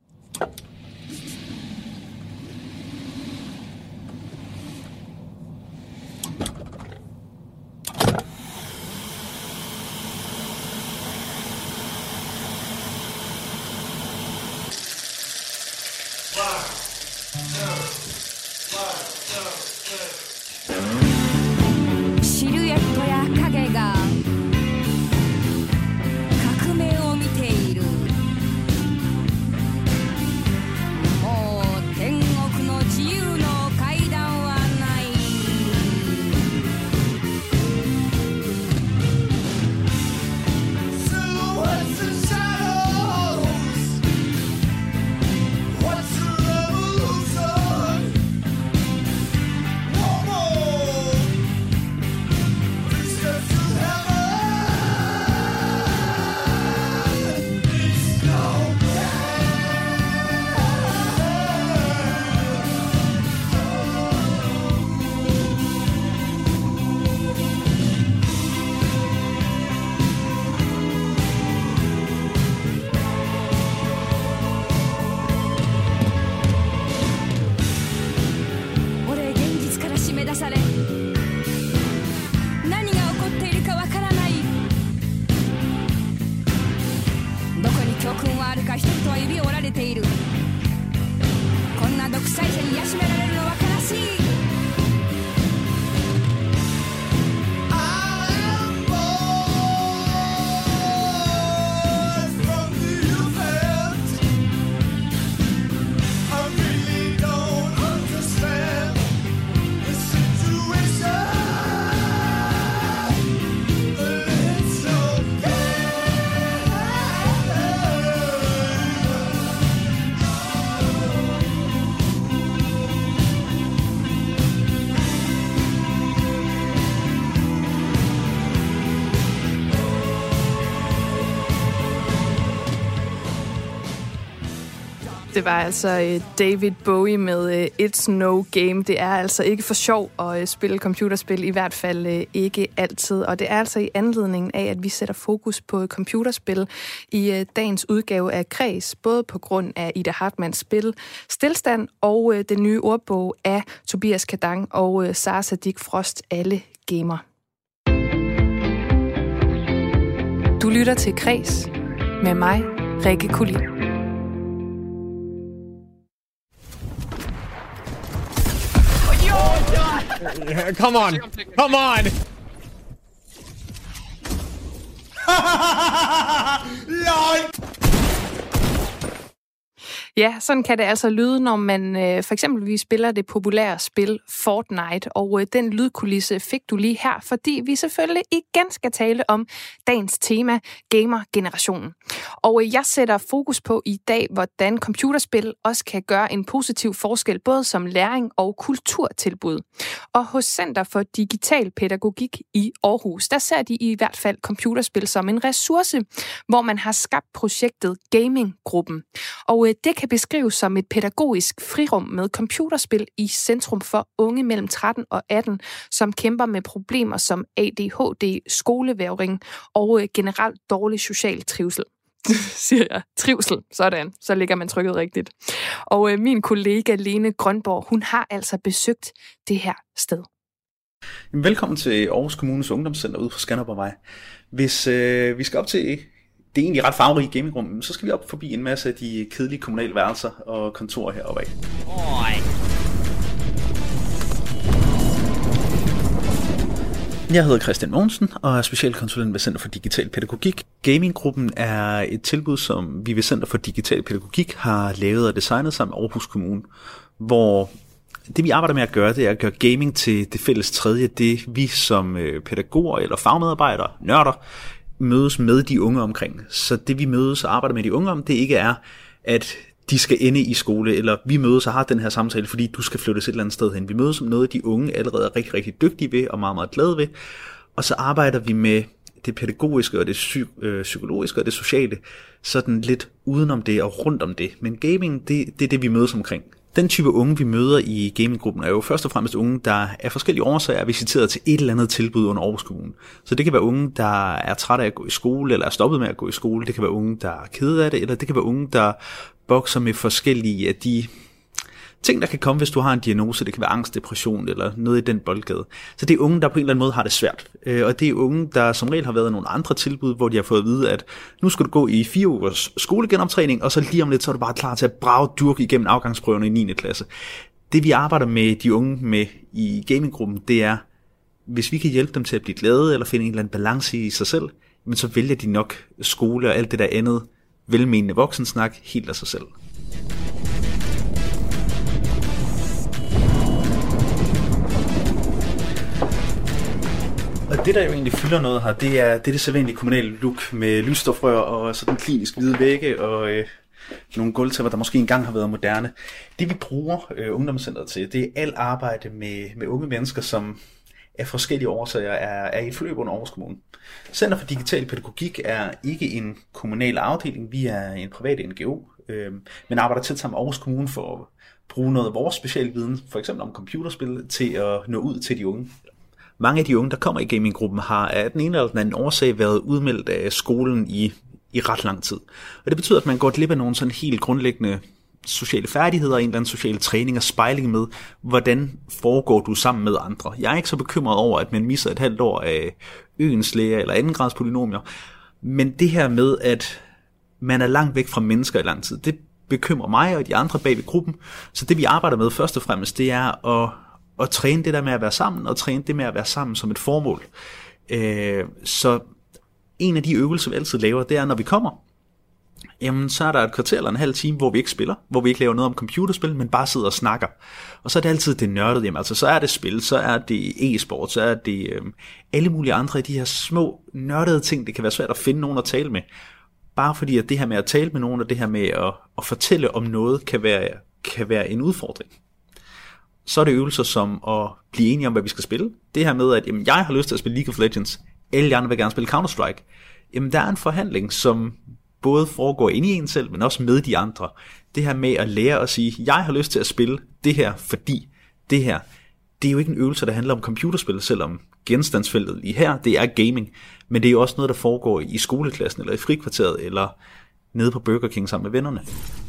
Det var altså David Bowie med It's No Game. Det er altså ikke for sjov at spille computerspil, i hvert fald ikke altid. Og det er altså i anledningen af, at vi sætter fokus på computerspil i dagens udgave af Kreds, både på grund af Ida Hartmanns spil Stilstand og den nye ordbog af Tobias Kadang og Sara Siddiq Frost, alle gamer. Du lytter til Kreds med mig, Rikke Kulin. Yeah, come on! Come on! LOL! Ja, sådan kan det altså lyde, når man øh, for eksempel spiller det populære spil Fortnite, og øh, den lydkulisse fik du lige her, fordi vi selvfølgelig igen skal tale om dagens tema, gamer-generationen. Og øh, jeg sætter fokus på i dag, hvordan computerspil også kan gøre en positiv forskel, både som læring og kulturtilbud. Og hos Center for Digital Pædagogik i Aarhus, der ser de i hvert fald computerspil som en ressource, hvor man har skabt projektet Gaming-gruppen. Og øh, det kan beskrives som et pædagogisk frirum med computerspil i centrum for unge mellem tretten og atten, som kæmper med problemer som A D H D, skolevægring og generelt dårlig social trivsel. Siger jeg. Trivsel. Sådan. Så ligger man trykket rigtigt. Og øh, min kollega Lene Grønborg, hun har altså besøgt det her sted. Velkommen til Aarhus Kommunes Ungdomscenter ude på Skanderborgvej. Hvis øh, vi skal op til det er egentlig ret farverige gamingrum, så skal vi op forbi en masse af de kedelige kommunale værelser og kontorer heroppe af. Jeg hedder Christian Mogensen og er specialkonsulent ved Center for Digital Pædagogik. Gaminggruppen er et tilbud, som vi ved Center for Digital Pædagogik har lavet og designet sammen med Aarhus Kommune, hvor Det vi arbejder med at gøre, det er at gøre gaming til det fælles tredje. Det vi som pædagoger eller fagmedarbejdere, nørder, mødes med de unge omkring. Så det vi mødes og arbejder med de unge om, det ikke er, at de skal ende i skole, eller vi mødes og har den her samtale, fordi du skal flyttes et eller andet sted hen. Vi mødes om noget, de unge allerede er rigtig, rigtig dygtige ved, og meget, meget glade ved. Og så arbejder vi med det pædagogiske, og det psy- øh, psykologiske, og det sociale, sådan lidt udenom det og rundt om det. Men gaming, det, det er det, vi mødes omkring. Den type unge, vi møder i gaminggruppen, er jo først og fremmest unge, der af forskellige årsager er visiteret til et eller andet tilbud under Aarhus Kommune. Så det kan være unge, der er trætte af at gå i skole, eller er stoppet med at gå i skole. Det kan være unge, der er kede af det, eller det kan være unge, der bokser med forskellige af de ting, der kan komme, hvis du har en diagnose. Det kan være angst, depression eller noget i den boldgade. Så det er unge, der på en eller anden måde har det svært. Og det er unge, der som regel har været nogle andre tilbud, hvor de har fået at vide, at nu skal du gå i fire ugers skolegenoptræning, og så lige om lidt, så er du bare klar til at brage durk igennem afgangsprøverne i niende klasse. Det vi arbejder med de unge med i gaminggruppen, det er, hvis vi kan hjælpe dem til at blive glade, eller finde en eller anden balance i sig selv, men så vælger de nok skole og alt det der andet velmenende voksensnak helt af sig selv. Og det, der jo egentlig fylder noget her, det er det, er det sædvanlige kommunale look med lysstofrør og sådan klinisk hvide vægge og øh, nogle gulvtæpper, der måske engang har været moderne. Det, vi bruger øh, ungdomscentret til, det er alt arbejde med, med unge mennesker, som af forskellige årsager er, er i et forløb under Aarhus Kommune. Center for Digital Pædagogik er ikke en kommunal afdeling, vi er en privat N G O, øh, men arbejder tæt sammen med Aarhus Kommune for at bruge noget af vores specialviden, for eksempel om computerspil, til at nå ud til de unge. Mange af de unge, der kommer i gaminggruppen, har af den ene eller den anden årsag været udmeldt af skolen i, i ret lang tid. Og det betyder, at man går glip af nogle sådan helt grundlæggende sociale færdigheder, en eller anden social træning og spejling med, hvordan foregår du sammen med andre. Jeg er ikke så bekymret over, at man misser et halvt år af øens læger eller andengrads polynomier, men det her med, at man er langt væk fra mennesker i lang tid, det bekymrer mig og de andre bag ved gruppen. Så det vi arbejder med først og fremmest, det er at og træne det der med at være sammen, og træne det med at være sammen som et formål. Øh, så en af de øvelser, vi altid laver, det er, når vi kommer, jamen så er der et kvarter eller en halv time, hvor vi ikke spiller, hvor vi ikke laver noget om computerspil, men bare sidder og snakker. Og så er det altid det nørdede, jamen altså så er det spil, så er det e-sport, så er det øh, alle mulige andre af de her små nørdede ting, det kan være svært at finde nogen at tale med. Bare fordi at det her med at tale med nogen, og det her med at, at fortælle om noget, kan være, kan være en udfordring. Så er det øvelser som at blive enige om, hvad vi skal spille. Det her med, at jamen, jeg har lyst til at spille League of Legends, alle andre vil gerne spille Counter-Strike. Jamen, der er en forhandling, som både foregår inde i en selv, men også med de andre. Det her med at lære at sige, jeg har lyst til at spille det her, fordi det her, det er jo ikke en øvelse, der handler om computerspil, selvom genstandsfeltet lige her, det er gaming. Men det er jo også noget, der foregår i skoleklassen, eller i frikvarteret, eller nede på Burger King sammen med vennerne.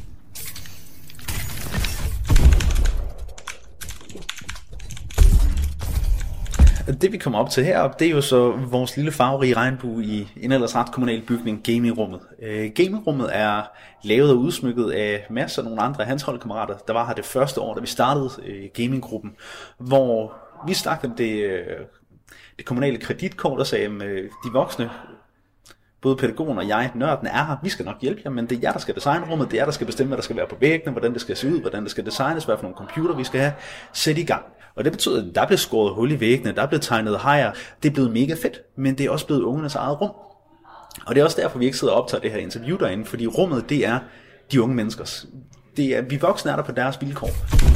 Det vi kommer op til heroppe, det er jo så vores lille farverige regnbue i en ellers ret kommunal bygning, gamingrummet. Øh, gamingrummet er lavet og udsmykket af masser af nogle andre af hans holdkammerater, der var her det første år, da vi startede øh, gaminggruppen, hvor vi stak dem det, øh, det kommunale kreditkort og sagde, at øh, de voksne, både pædagogen og jeg, nørden er her, vi skal nok hjælpe jer, men det er jer, der skal designe rummet, det er jer, der skal bestemme, hvad der skal være på væggene, hvordan det skal se ud, hvordan det skal designes, hvad for nogle computer vi skal have, sæt i gang. Og det betyder, at der bliver skåret hul i væggene, der bliver tegnet hejer. Det er blevet mega fedt, men det er også blevet ungernes eget rum. Og det er også derfor, vi ikke sidder og optager det her interview derinde, fordi rummet, det er de unge menneskers. Det er, vi voksne er der på deres vilkår.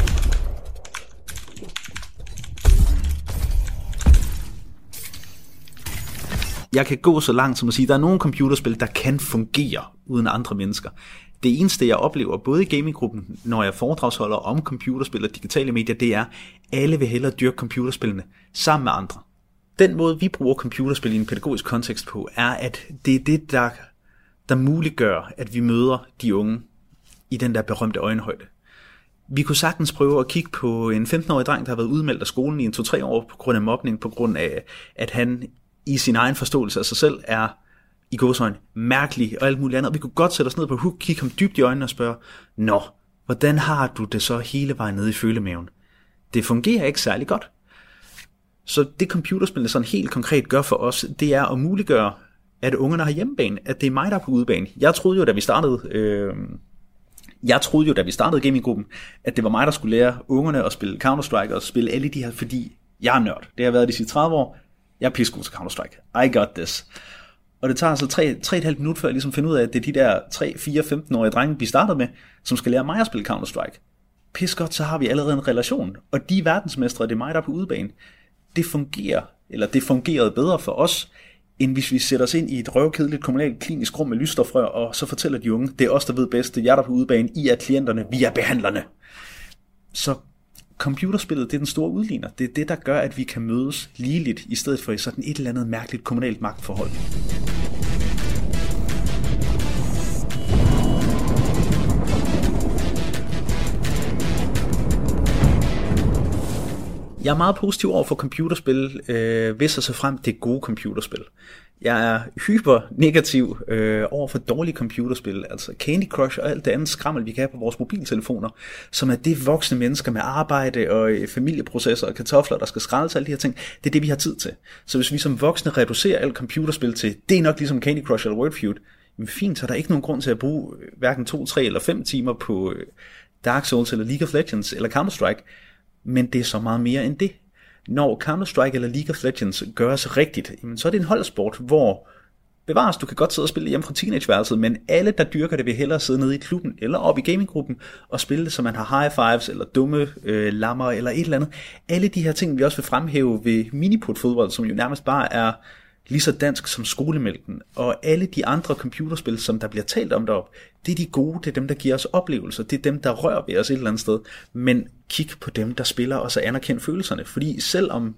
Jeg kan gå så langt som at sige, at der er nogle computerspil, der kan fungere uden andre mennesker. Det eneste, jeg oplever, både i gaminggruppen, når jeg foredragsholder om computerspil og digitale medier, det er, at alle vil hellere dyrke computerspillene sammen med andre. Den måde, vi bruger computerspil i en pædagogisk kontekst på, er, at det er det, der, der muliggør, at vi møder de unge i den der berømte øjenhøjde. Vi kunne sagtens prøve at kigge på en femten-årig dreng, der har været udmeldt af skolen i en to-tre år på grund af mobning, på grund af, at han i sin egen forståelse af sig selv er i gåseøjne mærkelig og alt muligt andet. Vi kunne godt sætte os ned på huk, kigge ham dybt i øjnene og spørge, nå, hvordan har du det så hele vejen nede i følemaven? Det fungerer ikke særlig godt. Så det computerspillene sådan helt konkret gør for os, det er at muliggøre, at ungerne har hjemmebane, at det er mig, der er på udebane. Jeg troede jo, da vi startede øh, Jeg troede jo, da vi startede gaminggruppen, at det var mig, der skulle lære ungerne at spille Counter-Strike og spille alle de her, fordi jeg er nørd. Det har været de sidste tredive år. Jeg er pissegod til Counter-Strike. I got this. Og det tager altså tre, tre og et halvt minut før jeg ligesom finder ud af, at det er de der tre, fire, femten-årige drenge, vi startede med, som skal lære mig at spille Counter-Strike. Pis godt, så har vi allerede en relation. Og de verdensmestre, det er mig, der er på udebane. Det fungerer, eller det fungerede bedre for os, end hvis vi sætter os ind i et røvkedeligt kommunalt klinisk rum med lysstofrør, og så fortæller de unge, det er os, der ved bedst, det er jer, der er på udebane, I er klienterne, vi er behandlerne. Så computerspillet, det er den store udligner. Det er det, der gør, at vi kan mødes ligeligt, i stedet for i sådan et eller andet mærkeligt kommunalt magtforhold. Jeg er meget positiv over for computerspil, øh, hvis og så frem det er gode computerspil. Jeg er hyper negativ øh, over for dårlige computerspil, altså Candy Crush og alt det andet skrammel, vi kan have på vores mobiltelefoner, som er det voksne mennesker med arbejde og familieprocesser og kartofler, der skal skraldes alle de her ting. Det er det, vi har tid til. Så hvis vi som voksne reducerer alt computerspil til, det er nok ligesom Candy Crush eller Wordfeud, jamen fint, så er der ikke nogen grund til at bruge hverken to, tre eller fem timer på Dark Souls eller League of Legends eller Counter-Strike. Men det er så meget mere end det. Når Counter-Strike eller League of Legends gøres rigtigt, jamen så er det en holdsport, hvor bevares, du kan godt sidde og spille hjemme fra teenageværelset, men alle, der dyrker det, vil hellere sidde nede i klubben eller op i gaminggruppen og spille det, så man har high fives eller dumme øh, lammer eller et eller andet. Alle de her ting, vi også vil fremhæve ved miniput-fodbold, som jo nærmest bare er lige så dansk som skolemælken, og alle de andre computerspil, som der bliver talt om deroppe, det er de gode, det er dem, der giver os oplevelser, det er dem, der rører ved os et eller andet sted, men kig på dem, der spiller, og så anerkend følelserne, fordi selvom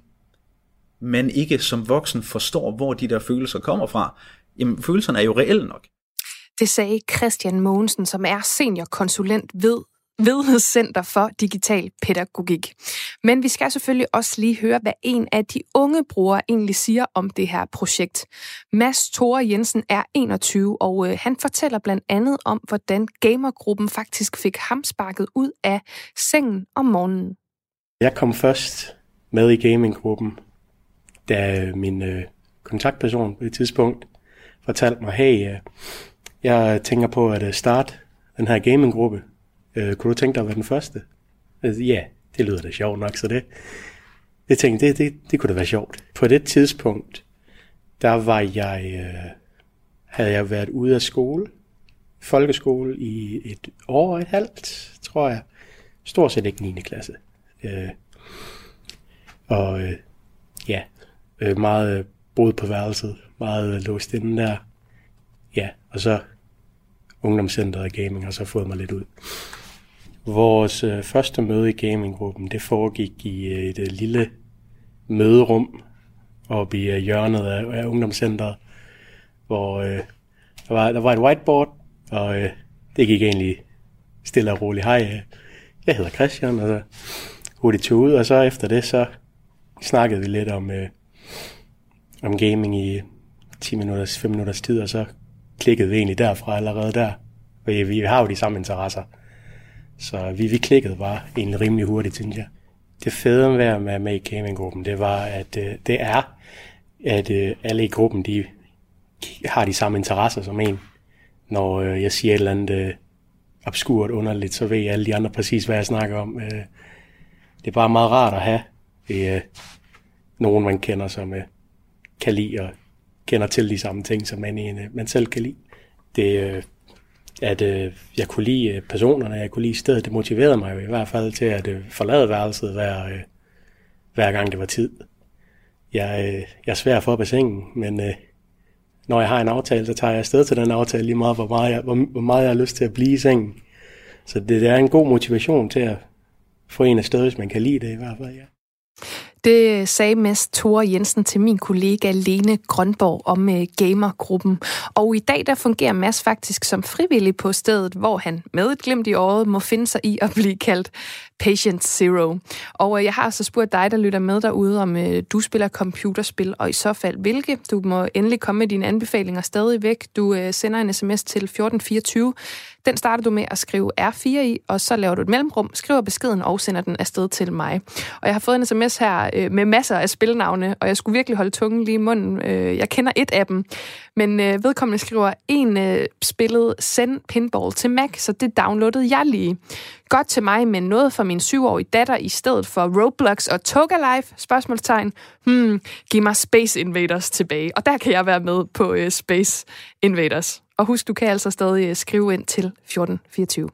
man ikke som voksen forstår, hvor de der følelser kommer fra, jamen følelserne er jo reelle nok. Det sagde Christian Mogensen, som er seniorkonsulent ved ved Center for Digital Pædagogik. Men vi skal selvfølgelig også lige høre, hvad en af de unge brugere egentlig siger om det her projekt. Mads Tore Jensen er enogtyve, og øh, han fortæller blandt andet om, hvordan gamergruppen faktisk fik ham sparket ud af sengen om morgenen. Jeg kom først med i gaminggruppen, da min øh, kontaktperson på det tidspunkt fortalte mig, hey, øh, jeg tænker på at starte den her gaminggruppe. Øh, kunne du tænke dig at være den første? Øh, ja, det lyder da sjovt nok, så det, det tænkte det, det, det kunne da være sjovt. På det tidspunkt, der var jeg, øh, havde jeg været ude af skole, folkeskole i et år og et halvt, tror jeg. Stort set ikke niende klasse. Øh, og øh, ja, øh, meget boet på værelset, meget låst inde der. Ja, og så ungdomscenteret og gaming har så fået mig lidt ud. Vores øh, første møde i gaminggruppen, det foregik i et øh, lille møderum oppe i øh, hjørnet af, af ungdomscenteret, hvor øh, der, var, der var et whiteboard, og øh, det gik egentlig stille og roligt. Hej, øh, jeg hedder Christian, og så hurtigt tog ud, og så efter det, så snakkede vi lidt om, øh, om gaming i ti minutters, fem minutters tid, og så klikkede vi egentlig derfra allerede der. Vi, vi har jo de samme interesser. Så vi, vi klikkede bare egentlig rimelig hurtigt, synes jeg. Det fede ved at være med i gaminggruppen, det var, at øh, det er, at øh, alle i gruppen, de har de samme interesser som en. Når øh, jeg siger et eller andet øh, obskurt, underligt, så ved alle de andre præcis, hvad jeg snakker om. Øh, det er bare meget rart at have øh, nogen, man kender, som øh, kan lide og kender til de samme ting, som man, øh, man selv kan lide. Det øh, at øh, jeg kunne lide personerne, jeg kunne lide stedet, det motiverede mig jo i hvert fald til at øh, forlade værelset hver, øh, hver gang det var tid. Jeg, øh, jeg er svær for på sengen, men øh, når jeg har en aftale, så tager jeg afsted til den aftale lige meget, hvor meget jeg, hvor, hvor meget jeg har lyst til at blive i sengen. Så det, det er en god motivation til at få en afsted, hvis man kan lide det i hvert fald, ja. Det sagde Mads Tore Jensen til min kollega Lene Grønborg om uh, gamergruppen. Og i dag der fungerer Mads faktisk som frivillig på stedet, hvor han med et glimt i øjet må finde sig i at blive kaldt Patient Zero. Og uh, jeg har så spurgt dig, der lytter med derude, om uh, du spiller computerspil, og i så fald hvilke. Du må endelig komme med dine anbefalinger stadigvæk. Du uh, sender en sms til fjorten fireogtyve. Den starter du med at skrive R fire i, og så laver du et mellemrum, skriver beskeden og sender den afsted til mig. Og jeg har fået en sms her øh, med masser af spilnavne, og jeg skulle virkelig holde tungen lige i munden. Øh, jeg kender et af dem, men øh, vedkommende skriver, en øh, spillede Zen Pinball til Mac, så det downloadede jeg lige. Godt til mig, men noget for min syvårige datter i stedet for Roblox og Toga Life? Spørgsmålstegn. Hmm, giv mig Space Invaders tilbage. Og der kan jeg være med på øh, Space Invaders. Og husk, du kan altså stadig øh, skrive ind til fjorten fireogtyve.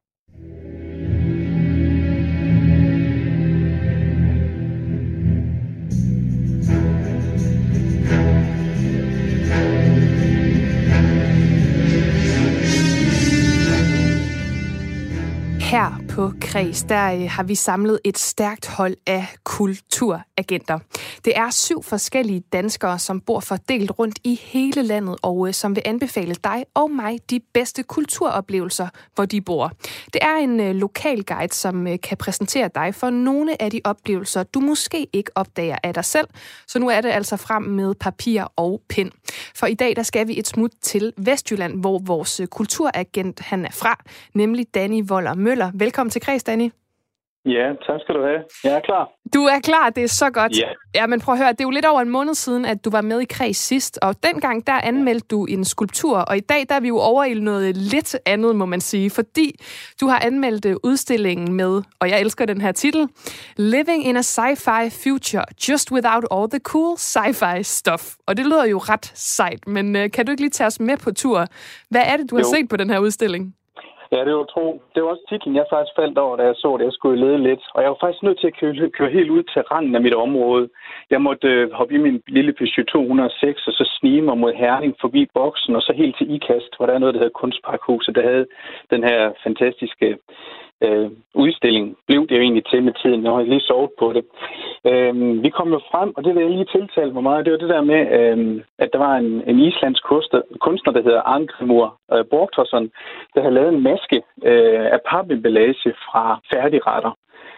Her på Kreds, der øh, har vi samlet et stærkt hold af kulturagenter. Det er syv forskellige danskere, som bor fordelt rundt i hele landet, og øh, som vil anbefale dig og mig de bedste kulturoplevelser, hvor de bor. Det er en øh, lokal guide, som øh, kan præsentere dig for nogle af de oplevelser, du måske ikke opdager af dig selv. Så nu er det altså frem med papir og pen. For i dag, der skal vi et smut til Vestjylland, hvor vores øh, kulturagent han er fra, nemlig Danny Voller Møller. Velkommen til Kreds, Danny. Ja, tak skal du have. Jeg er klar. Du er klar, det er så godt. Ja. Ja, men prøv at høre, det er jo lidt over en måned siden, at du var med i Kreds sidst, og dengang der anmeldte du en skulptur, og i dag der er vi jo over i noget lidt andet, må man sige, fordi du har anmeldt udstillingen med, og jeg elsker den her titel, Living in a Sci-Fi Future, Just Without All the Cool Sci-Fi Stuff. Og det lyder jo ret sejt, men uh, kan du ikke lige tage os med på tur? Hvad er det, du har jo. set på den her udstilling? Ja, det var tro. Det var også titlen, jeg faktisk faldt over, da jeg så det. Jeg skulle lede lidt. Og jeg var faktisk nødt til at køre, køre helt ud til randen af mit område. Jeg måtte øh, hoppe i min lille Peugeot to hundrede og seks, og så snige mig mod Herning forbi boksen, og så helt til Ikast, hvor der er noget, der hedder Kunstparkhuset, der havde den her fantastiske øh, udstilling. Blev det jo egentlig til med tiden. Jeg har lige sovet på det. Øh, vi kom jo frem, og det vil jeg lige tiltale mig meget. Det var det der med, øh, at der var en, en islandsk kunstner, kunstner, der hedder Arngrimur øh, Borgthorson, der havde lavet en maske øh, af papemballage fra færdigretter.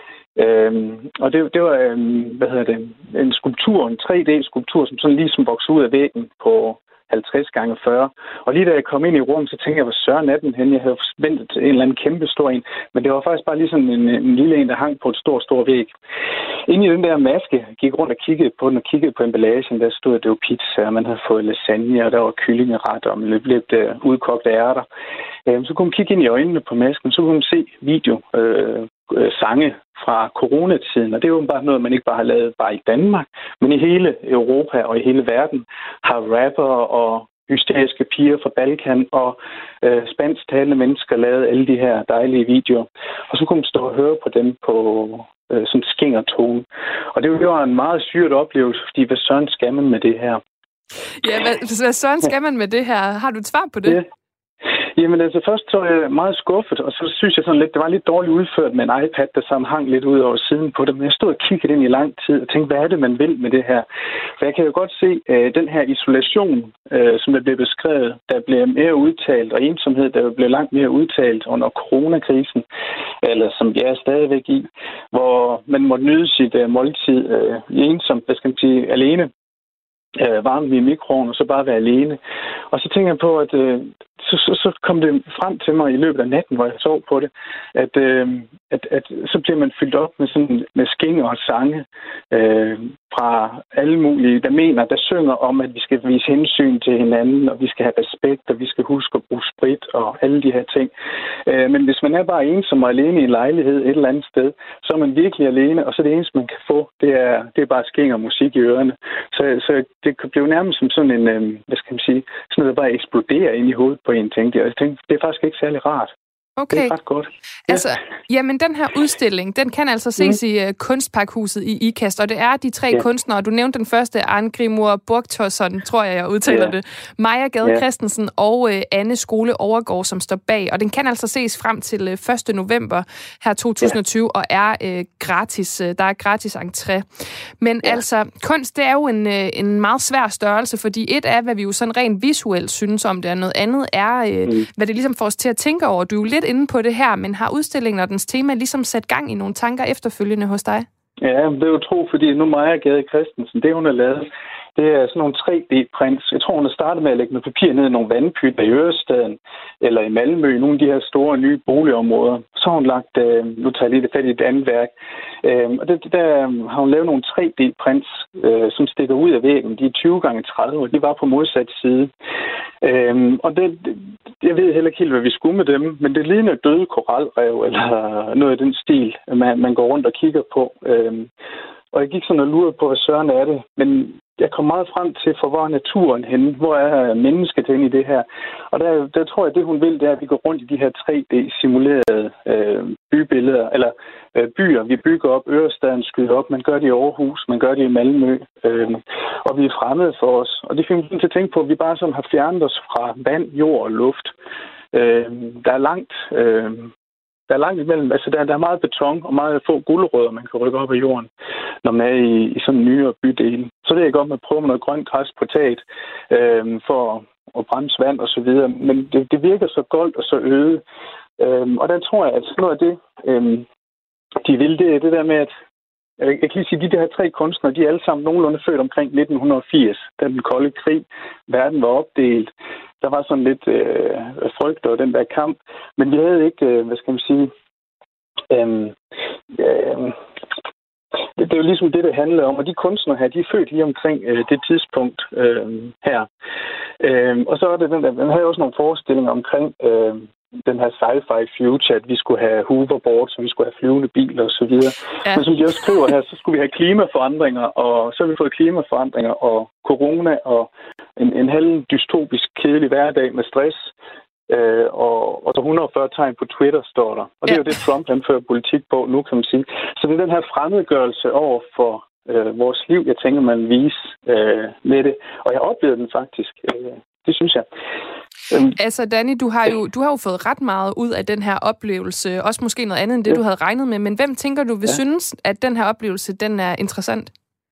Øhm, og det, det var øhm, hvad hedder det, en skulptur, en tre D-skulptur, som sådan ligesom voksede ud af væggen på halvtreds gange fyrre. Og lige da jeg kom ind i rummet, så tænkte jeg, hvor søren er den hen? Jeg havde ventet en eller anden kæmpe stor en, men det var faktisk bare lige sådan en, en lille en, der hang på et stort, stort væg. Inde i den der maske, gik rundt og kiggede på den og kiggede på emballagen, der stod, at det var pizza, og man havde fået lasagne, og der var kyllingeret, og man lidt, lidt uh, udkogte ærter. Øhm, så kunne man kigge ind i øjnene på masken, så kunne man se video, øh, øh, sange fra coronatiden, og det er jo bare noget, man ikke bare har lavet bare i Danmark, men i hele Europa og i hele verden har rapper og hysteriske piger fra Balkan og øh, spansktalende mennesker lavet alle de her dejlige videoer. Og så kunne man stå og høre på dem på øh, som skingertone. Og det var en meget syret oplevelse, fordi hvad søren skal man med det her? Ja, hvad, hvad søren skal man med det her? Har du et svar på det? Ja. Jamen altså, først så var jeg meget skuffet, og så synes jeg sådan lidt, det var lidt dårligt udført med en iPad, der sammen hang lidt ud over siden på det. Men jeg stod og kiggede ind i lang tid og tænkte, hvad er det, man vil med det her? For jeg kan jo godt se, at den her isolation, øh, som der blev beskrevet, der blev mere udtalt, og ensomhed, der blev langt mere udtalt under coronakrisen, eller som jeg er stadigvæk i, hvor man måtte nyde sit øh, måltid øh, ensomt, hvad skal man sige, alene. Øh, varme i mikroen, og så bare være alene. Og så tænker jeg på, at øh, så, så, så kom det frem til mig i løbet af natten, hvor jeg sov på det, at, øh, at, at så bliver man fyldt op med, sådan, med skinger og sange øh, fra alle mulige, der mener, der synger om, at vi skal vise hensyn til hinanden, og vi skal have respekt, og vi skal huske at bruge sprit og alle de her ting. Øh, men hvis man er bare ensom og alene i en lejlighed et eller andet sted, så er man virkelig alene, og så det eneste, man kan få, det er, det er bare skinger og musik i ørerne. Så, så det kan blive nærmest som sådan en, øh, hvad skal man sige, sådan noget, der bare eksploderer ind i hovedet på en, tænkte jeg. Jeg tænkte, det er faktisk ikke særlig rart. Okay. Det er ret godt. Ja. Altså, jamen den her udstilling, den kan altså ses mm. i uh, Kunstparkhuset i Ikast, og det er de tre ja. kunstnere. Du nævnte den første, Arngrimur Borgthorson, tror jeg, jeg udtaler ja. det. Maja Gade ja. Christensen og uh, Anne Skole Overgaard, som står bag. Og den kan altså ses frem til uh, første november her to tusind og tyve, ja. og er uh, gratis. Uh, der er gratis entré. Men ja. altså, kunst, det er jo en, uh, en meget svær størrelse, fordi et er, hvad vi jo sådan rent visuelt synes om det, og noget andet er, uh, mm. hvad det ligesom får os til at tænke over. Du er jo lidt inde på det her, men har udstillingen og dens tema ligesom sat gang i nogle tanker efterfølgende hos dig? Ja, det er jo tro, fordi nu Maja Gade Christensen, det hun har lavet, Det er sådan nogle tre D-prints. Jeg tror, hun har startet med at lægge noget papir ned i nogle vandpytter i Ørestaden, eller i Malmø, nogle af de her store nye boligområder. Så har hun lagt, øh, nu tager jeg lige det fat i et andet værk, øh, og det, der har hun lavet nogle tre D-prints, øh, som stikker ud af væggen. De er tyve gange tredive, og de var på modsat side. Øh, og det, det, jeg ved heller ikke helt, hvad vi skulle med dem, men det ligner døde koralrev, eller noget af den stil, man, man går rundt og kigger på. Øh, og jeg gik sådan og lurede på, hvad søren er det, men jeg kom meget frem til, for hvor er naturen henne? Hvor er mennesket henne i det her? Og der, der tror jeg, at det hun vil, det er, at vi går rundt i de her tre D-simulerede øh, bybilleder, eller øh, byer. Vi bygger op, Ørestaden skyder op, man gør det i Aarhus, man gør det i Malmø, øh, og vi er fremmede for os. Og det fik mig til at tænke på, at vi bare sådan har fjernet os fra vand, jord og luft. Øh, der er langt... Øh, Der er langt imellem. Altså, der, der er meget beton og meget få gulerødder, man kan rykke op af jorden, når man er i, i sådan en nyere bydel. Så det er godt med at prøve med noget grønt græs på taget øh, for at bremse vand og så videre. Men det, det virker så goldt og så øde. Øh, og der tror jeg, at noget af det, øh, de vil, det er det der med, at jeg kan lige sige, at de her tre kunstnere, de er alle sammen nogenlunde født omkring nitten firs, da den kolde krig, verden var opdelt. Der var sådan lidt øh, frygt over den der kamp, men vi havde ikke, øh, hvad skal man sige, øh, øh, det, det er jo ligesom det, det handler om. Og de kunstnere her, de er født lige omkring øh, det tidspunkt øh, her. Øh, og så er det den der, man havde også nogle forestillinger omkring øh, den her sci-fi future, at vi skulle have hoverboards, så vi skulle have flyvende biler og så videre. Ja. Men som de også skriver her, så skulle vi have klimaforandringer, og så har vi fået klimaforandringer og corona og en, en halv dystopisk kedelig hverdag med stress. Øh, og, og så et hundrede og fyrre tegn på Twitter står der. Og det er ja. jo det, Trump han fører politik på nu, kan man sige. Så det er den her fremmedgørelse over for øh, vores liv, jeg tænker, man vil vise øh, med det. Og jeg oplevede den faktisk. Øh, det synes jeg. Altså, Danny, du har, jo, du har jo fået ret meget ud af den her oplevelse, også måske noget andet end det, ja. du havde regnet med, men hvem tænker du vil ja. synes, at den her oplevelse, den er interessant?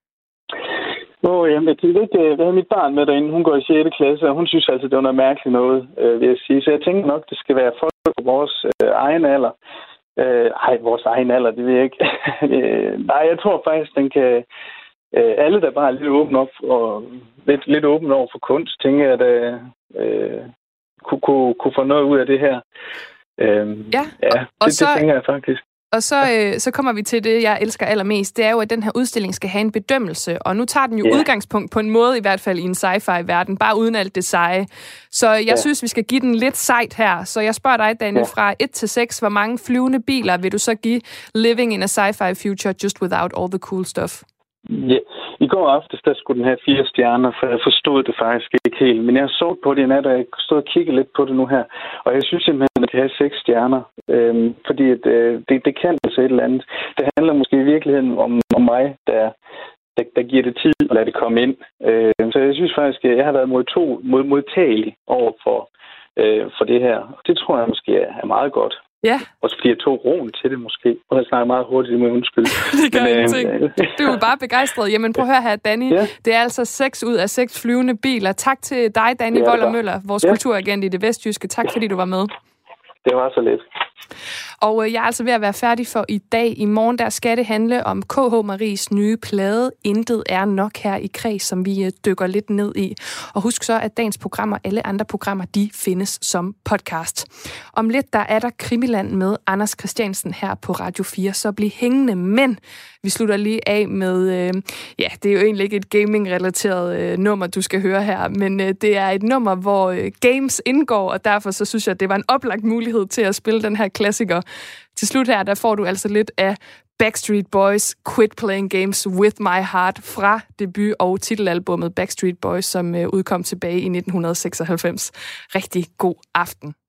Åh, oh, jamen, jeg tænkte ikke, jeg havde mit barn med derinde, hun går i sjette klasse, og hun synes altså, det var noget mærkeligt noget, øh, vil jeg sige. Så jeg tænker nok, det skal være folk på vores øh, egen alder. Øh, ej, vores egen alder, det ved jeg ikke. øh, nej, jeg tror faktisk, den kan... Øh, alle, der bare er lidt åbne op og lidt, lidt åbne over for kunst, tænker jeg, at øh, kunne, kunne, kunne få noget ud af det her. Øh, ja, ja og det, så, det tænker jeg faktisk. Og så, øh, så kommer vi til det, jeg elsker allermest. Det er jo, at den her udstilling skal have en bedømmelse. Og nu tager den jo yeah. udgangspunkt på en måde, i hvert fald i en sci-fi-verden, bare uden alt det seje. Så jeg yeah. synes, vi skal give den lidt sejt her. Så jeg spørger dig, Danny, yeah. fra et til seks, hvor mange flyvende biler vil du så give Living in a Sci-Fi Future just without all the cool stuff? Ja, i går aftes, der skulle den have fire stjerner, for jeg forstod det faktisk ikke helt. Men jeg har sovet på det i nat, og jeg stod og kigget lidt på det nu her. Og jeg synes simpelthen, at det har seks stjerner. Øhm, fordi at, øh, det, det kan altså et eller andet. Det handler måske i virkeligheden om, om mig, der, der, der giver det tid og lader det komme ind. Øhm, så jeg synes faktisk, at jeg har været mod to, mod, modtagelig over for, øh, for det her. Det tror jeg måske er meget godt. Ja. Også fordi jeg tog roen til det måske. Og jeg snakker meget hurtigt, det må jeg undskylde. Det gør ingenting. Du er bare begejstret. Jamen prøv at høre her, Danny. Ja. Det er altså seks ud af seks flyvende biler. Tak til dig, Danny ja, Voller Møller, vores ja. kulturagent i det vestjyske. Tak fordi du var med. Det var så lidt. Og øh, jeg er altså ved at være færdig for i dag. I morgen der skal det handle om K H Maries nye plade. Intet er nok her i Kreds, som vi øh, dykker lidt ned i. Og husk så, at dagens programmer, alle andre programmer, de findes som podcast. Om lidt der er der Krimiland med Anders Christiansen her på Radio fire, så bliv hængende. Men vi slutter lige af med, øh, ja, det er jo egentlig ikke et gaming-relateret øh, nummer, du skal høre her, men øh, det er et nummer, hvor øh, games indgår, og derfor så synes jeg, at det var en oplagt mulighed til at spille den her klassiker. Til slut her, der får du altså lidt af Backstreet Boys' Quit Playing Games With My Heart fra debut- og titelalbummet Backstreet Boys, som øh, udkom tilbage i nitten seksoghalvfems. Rigtig god aften.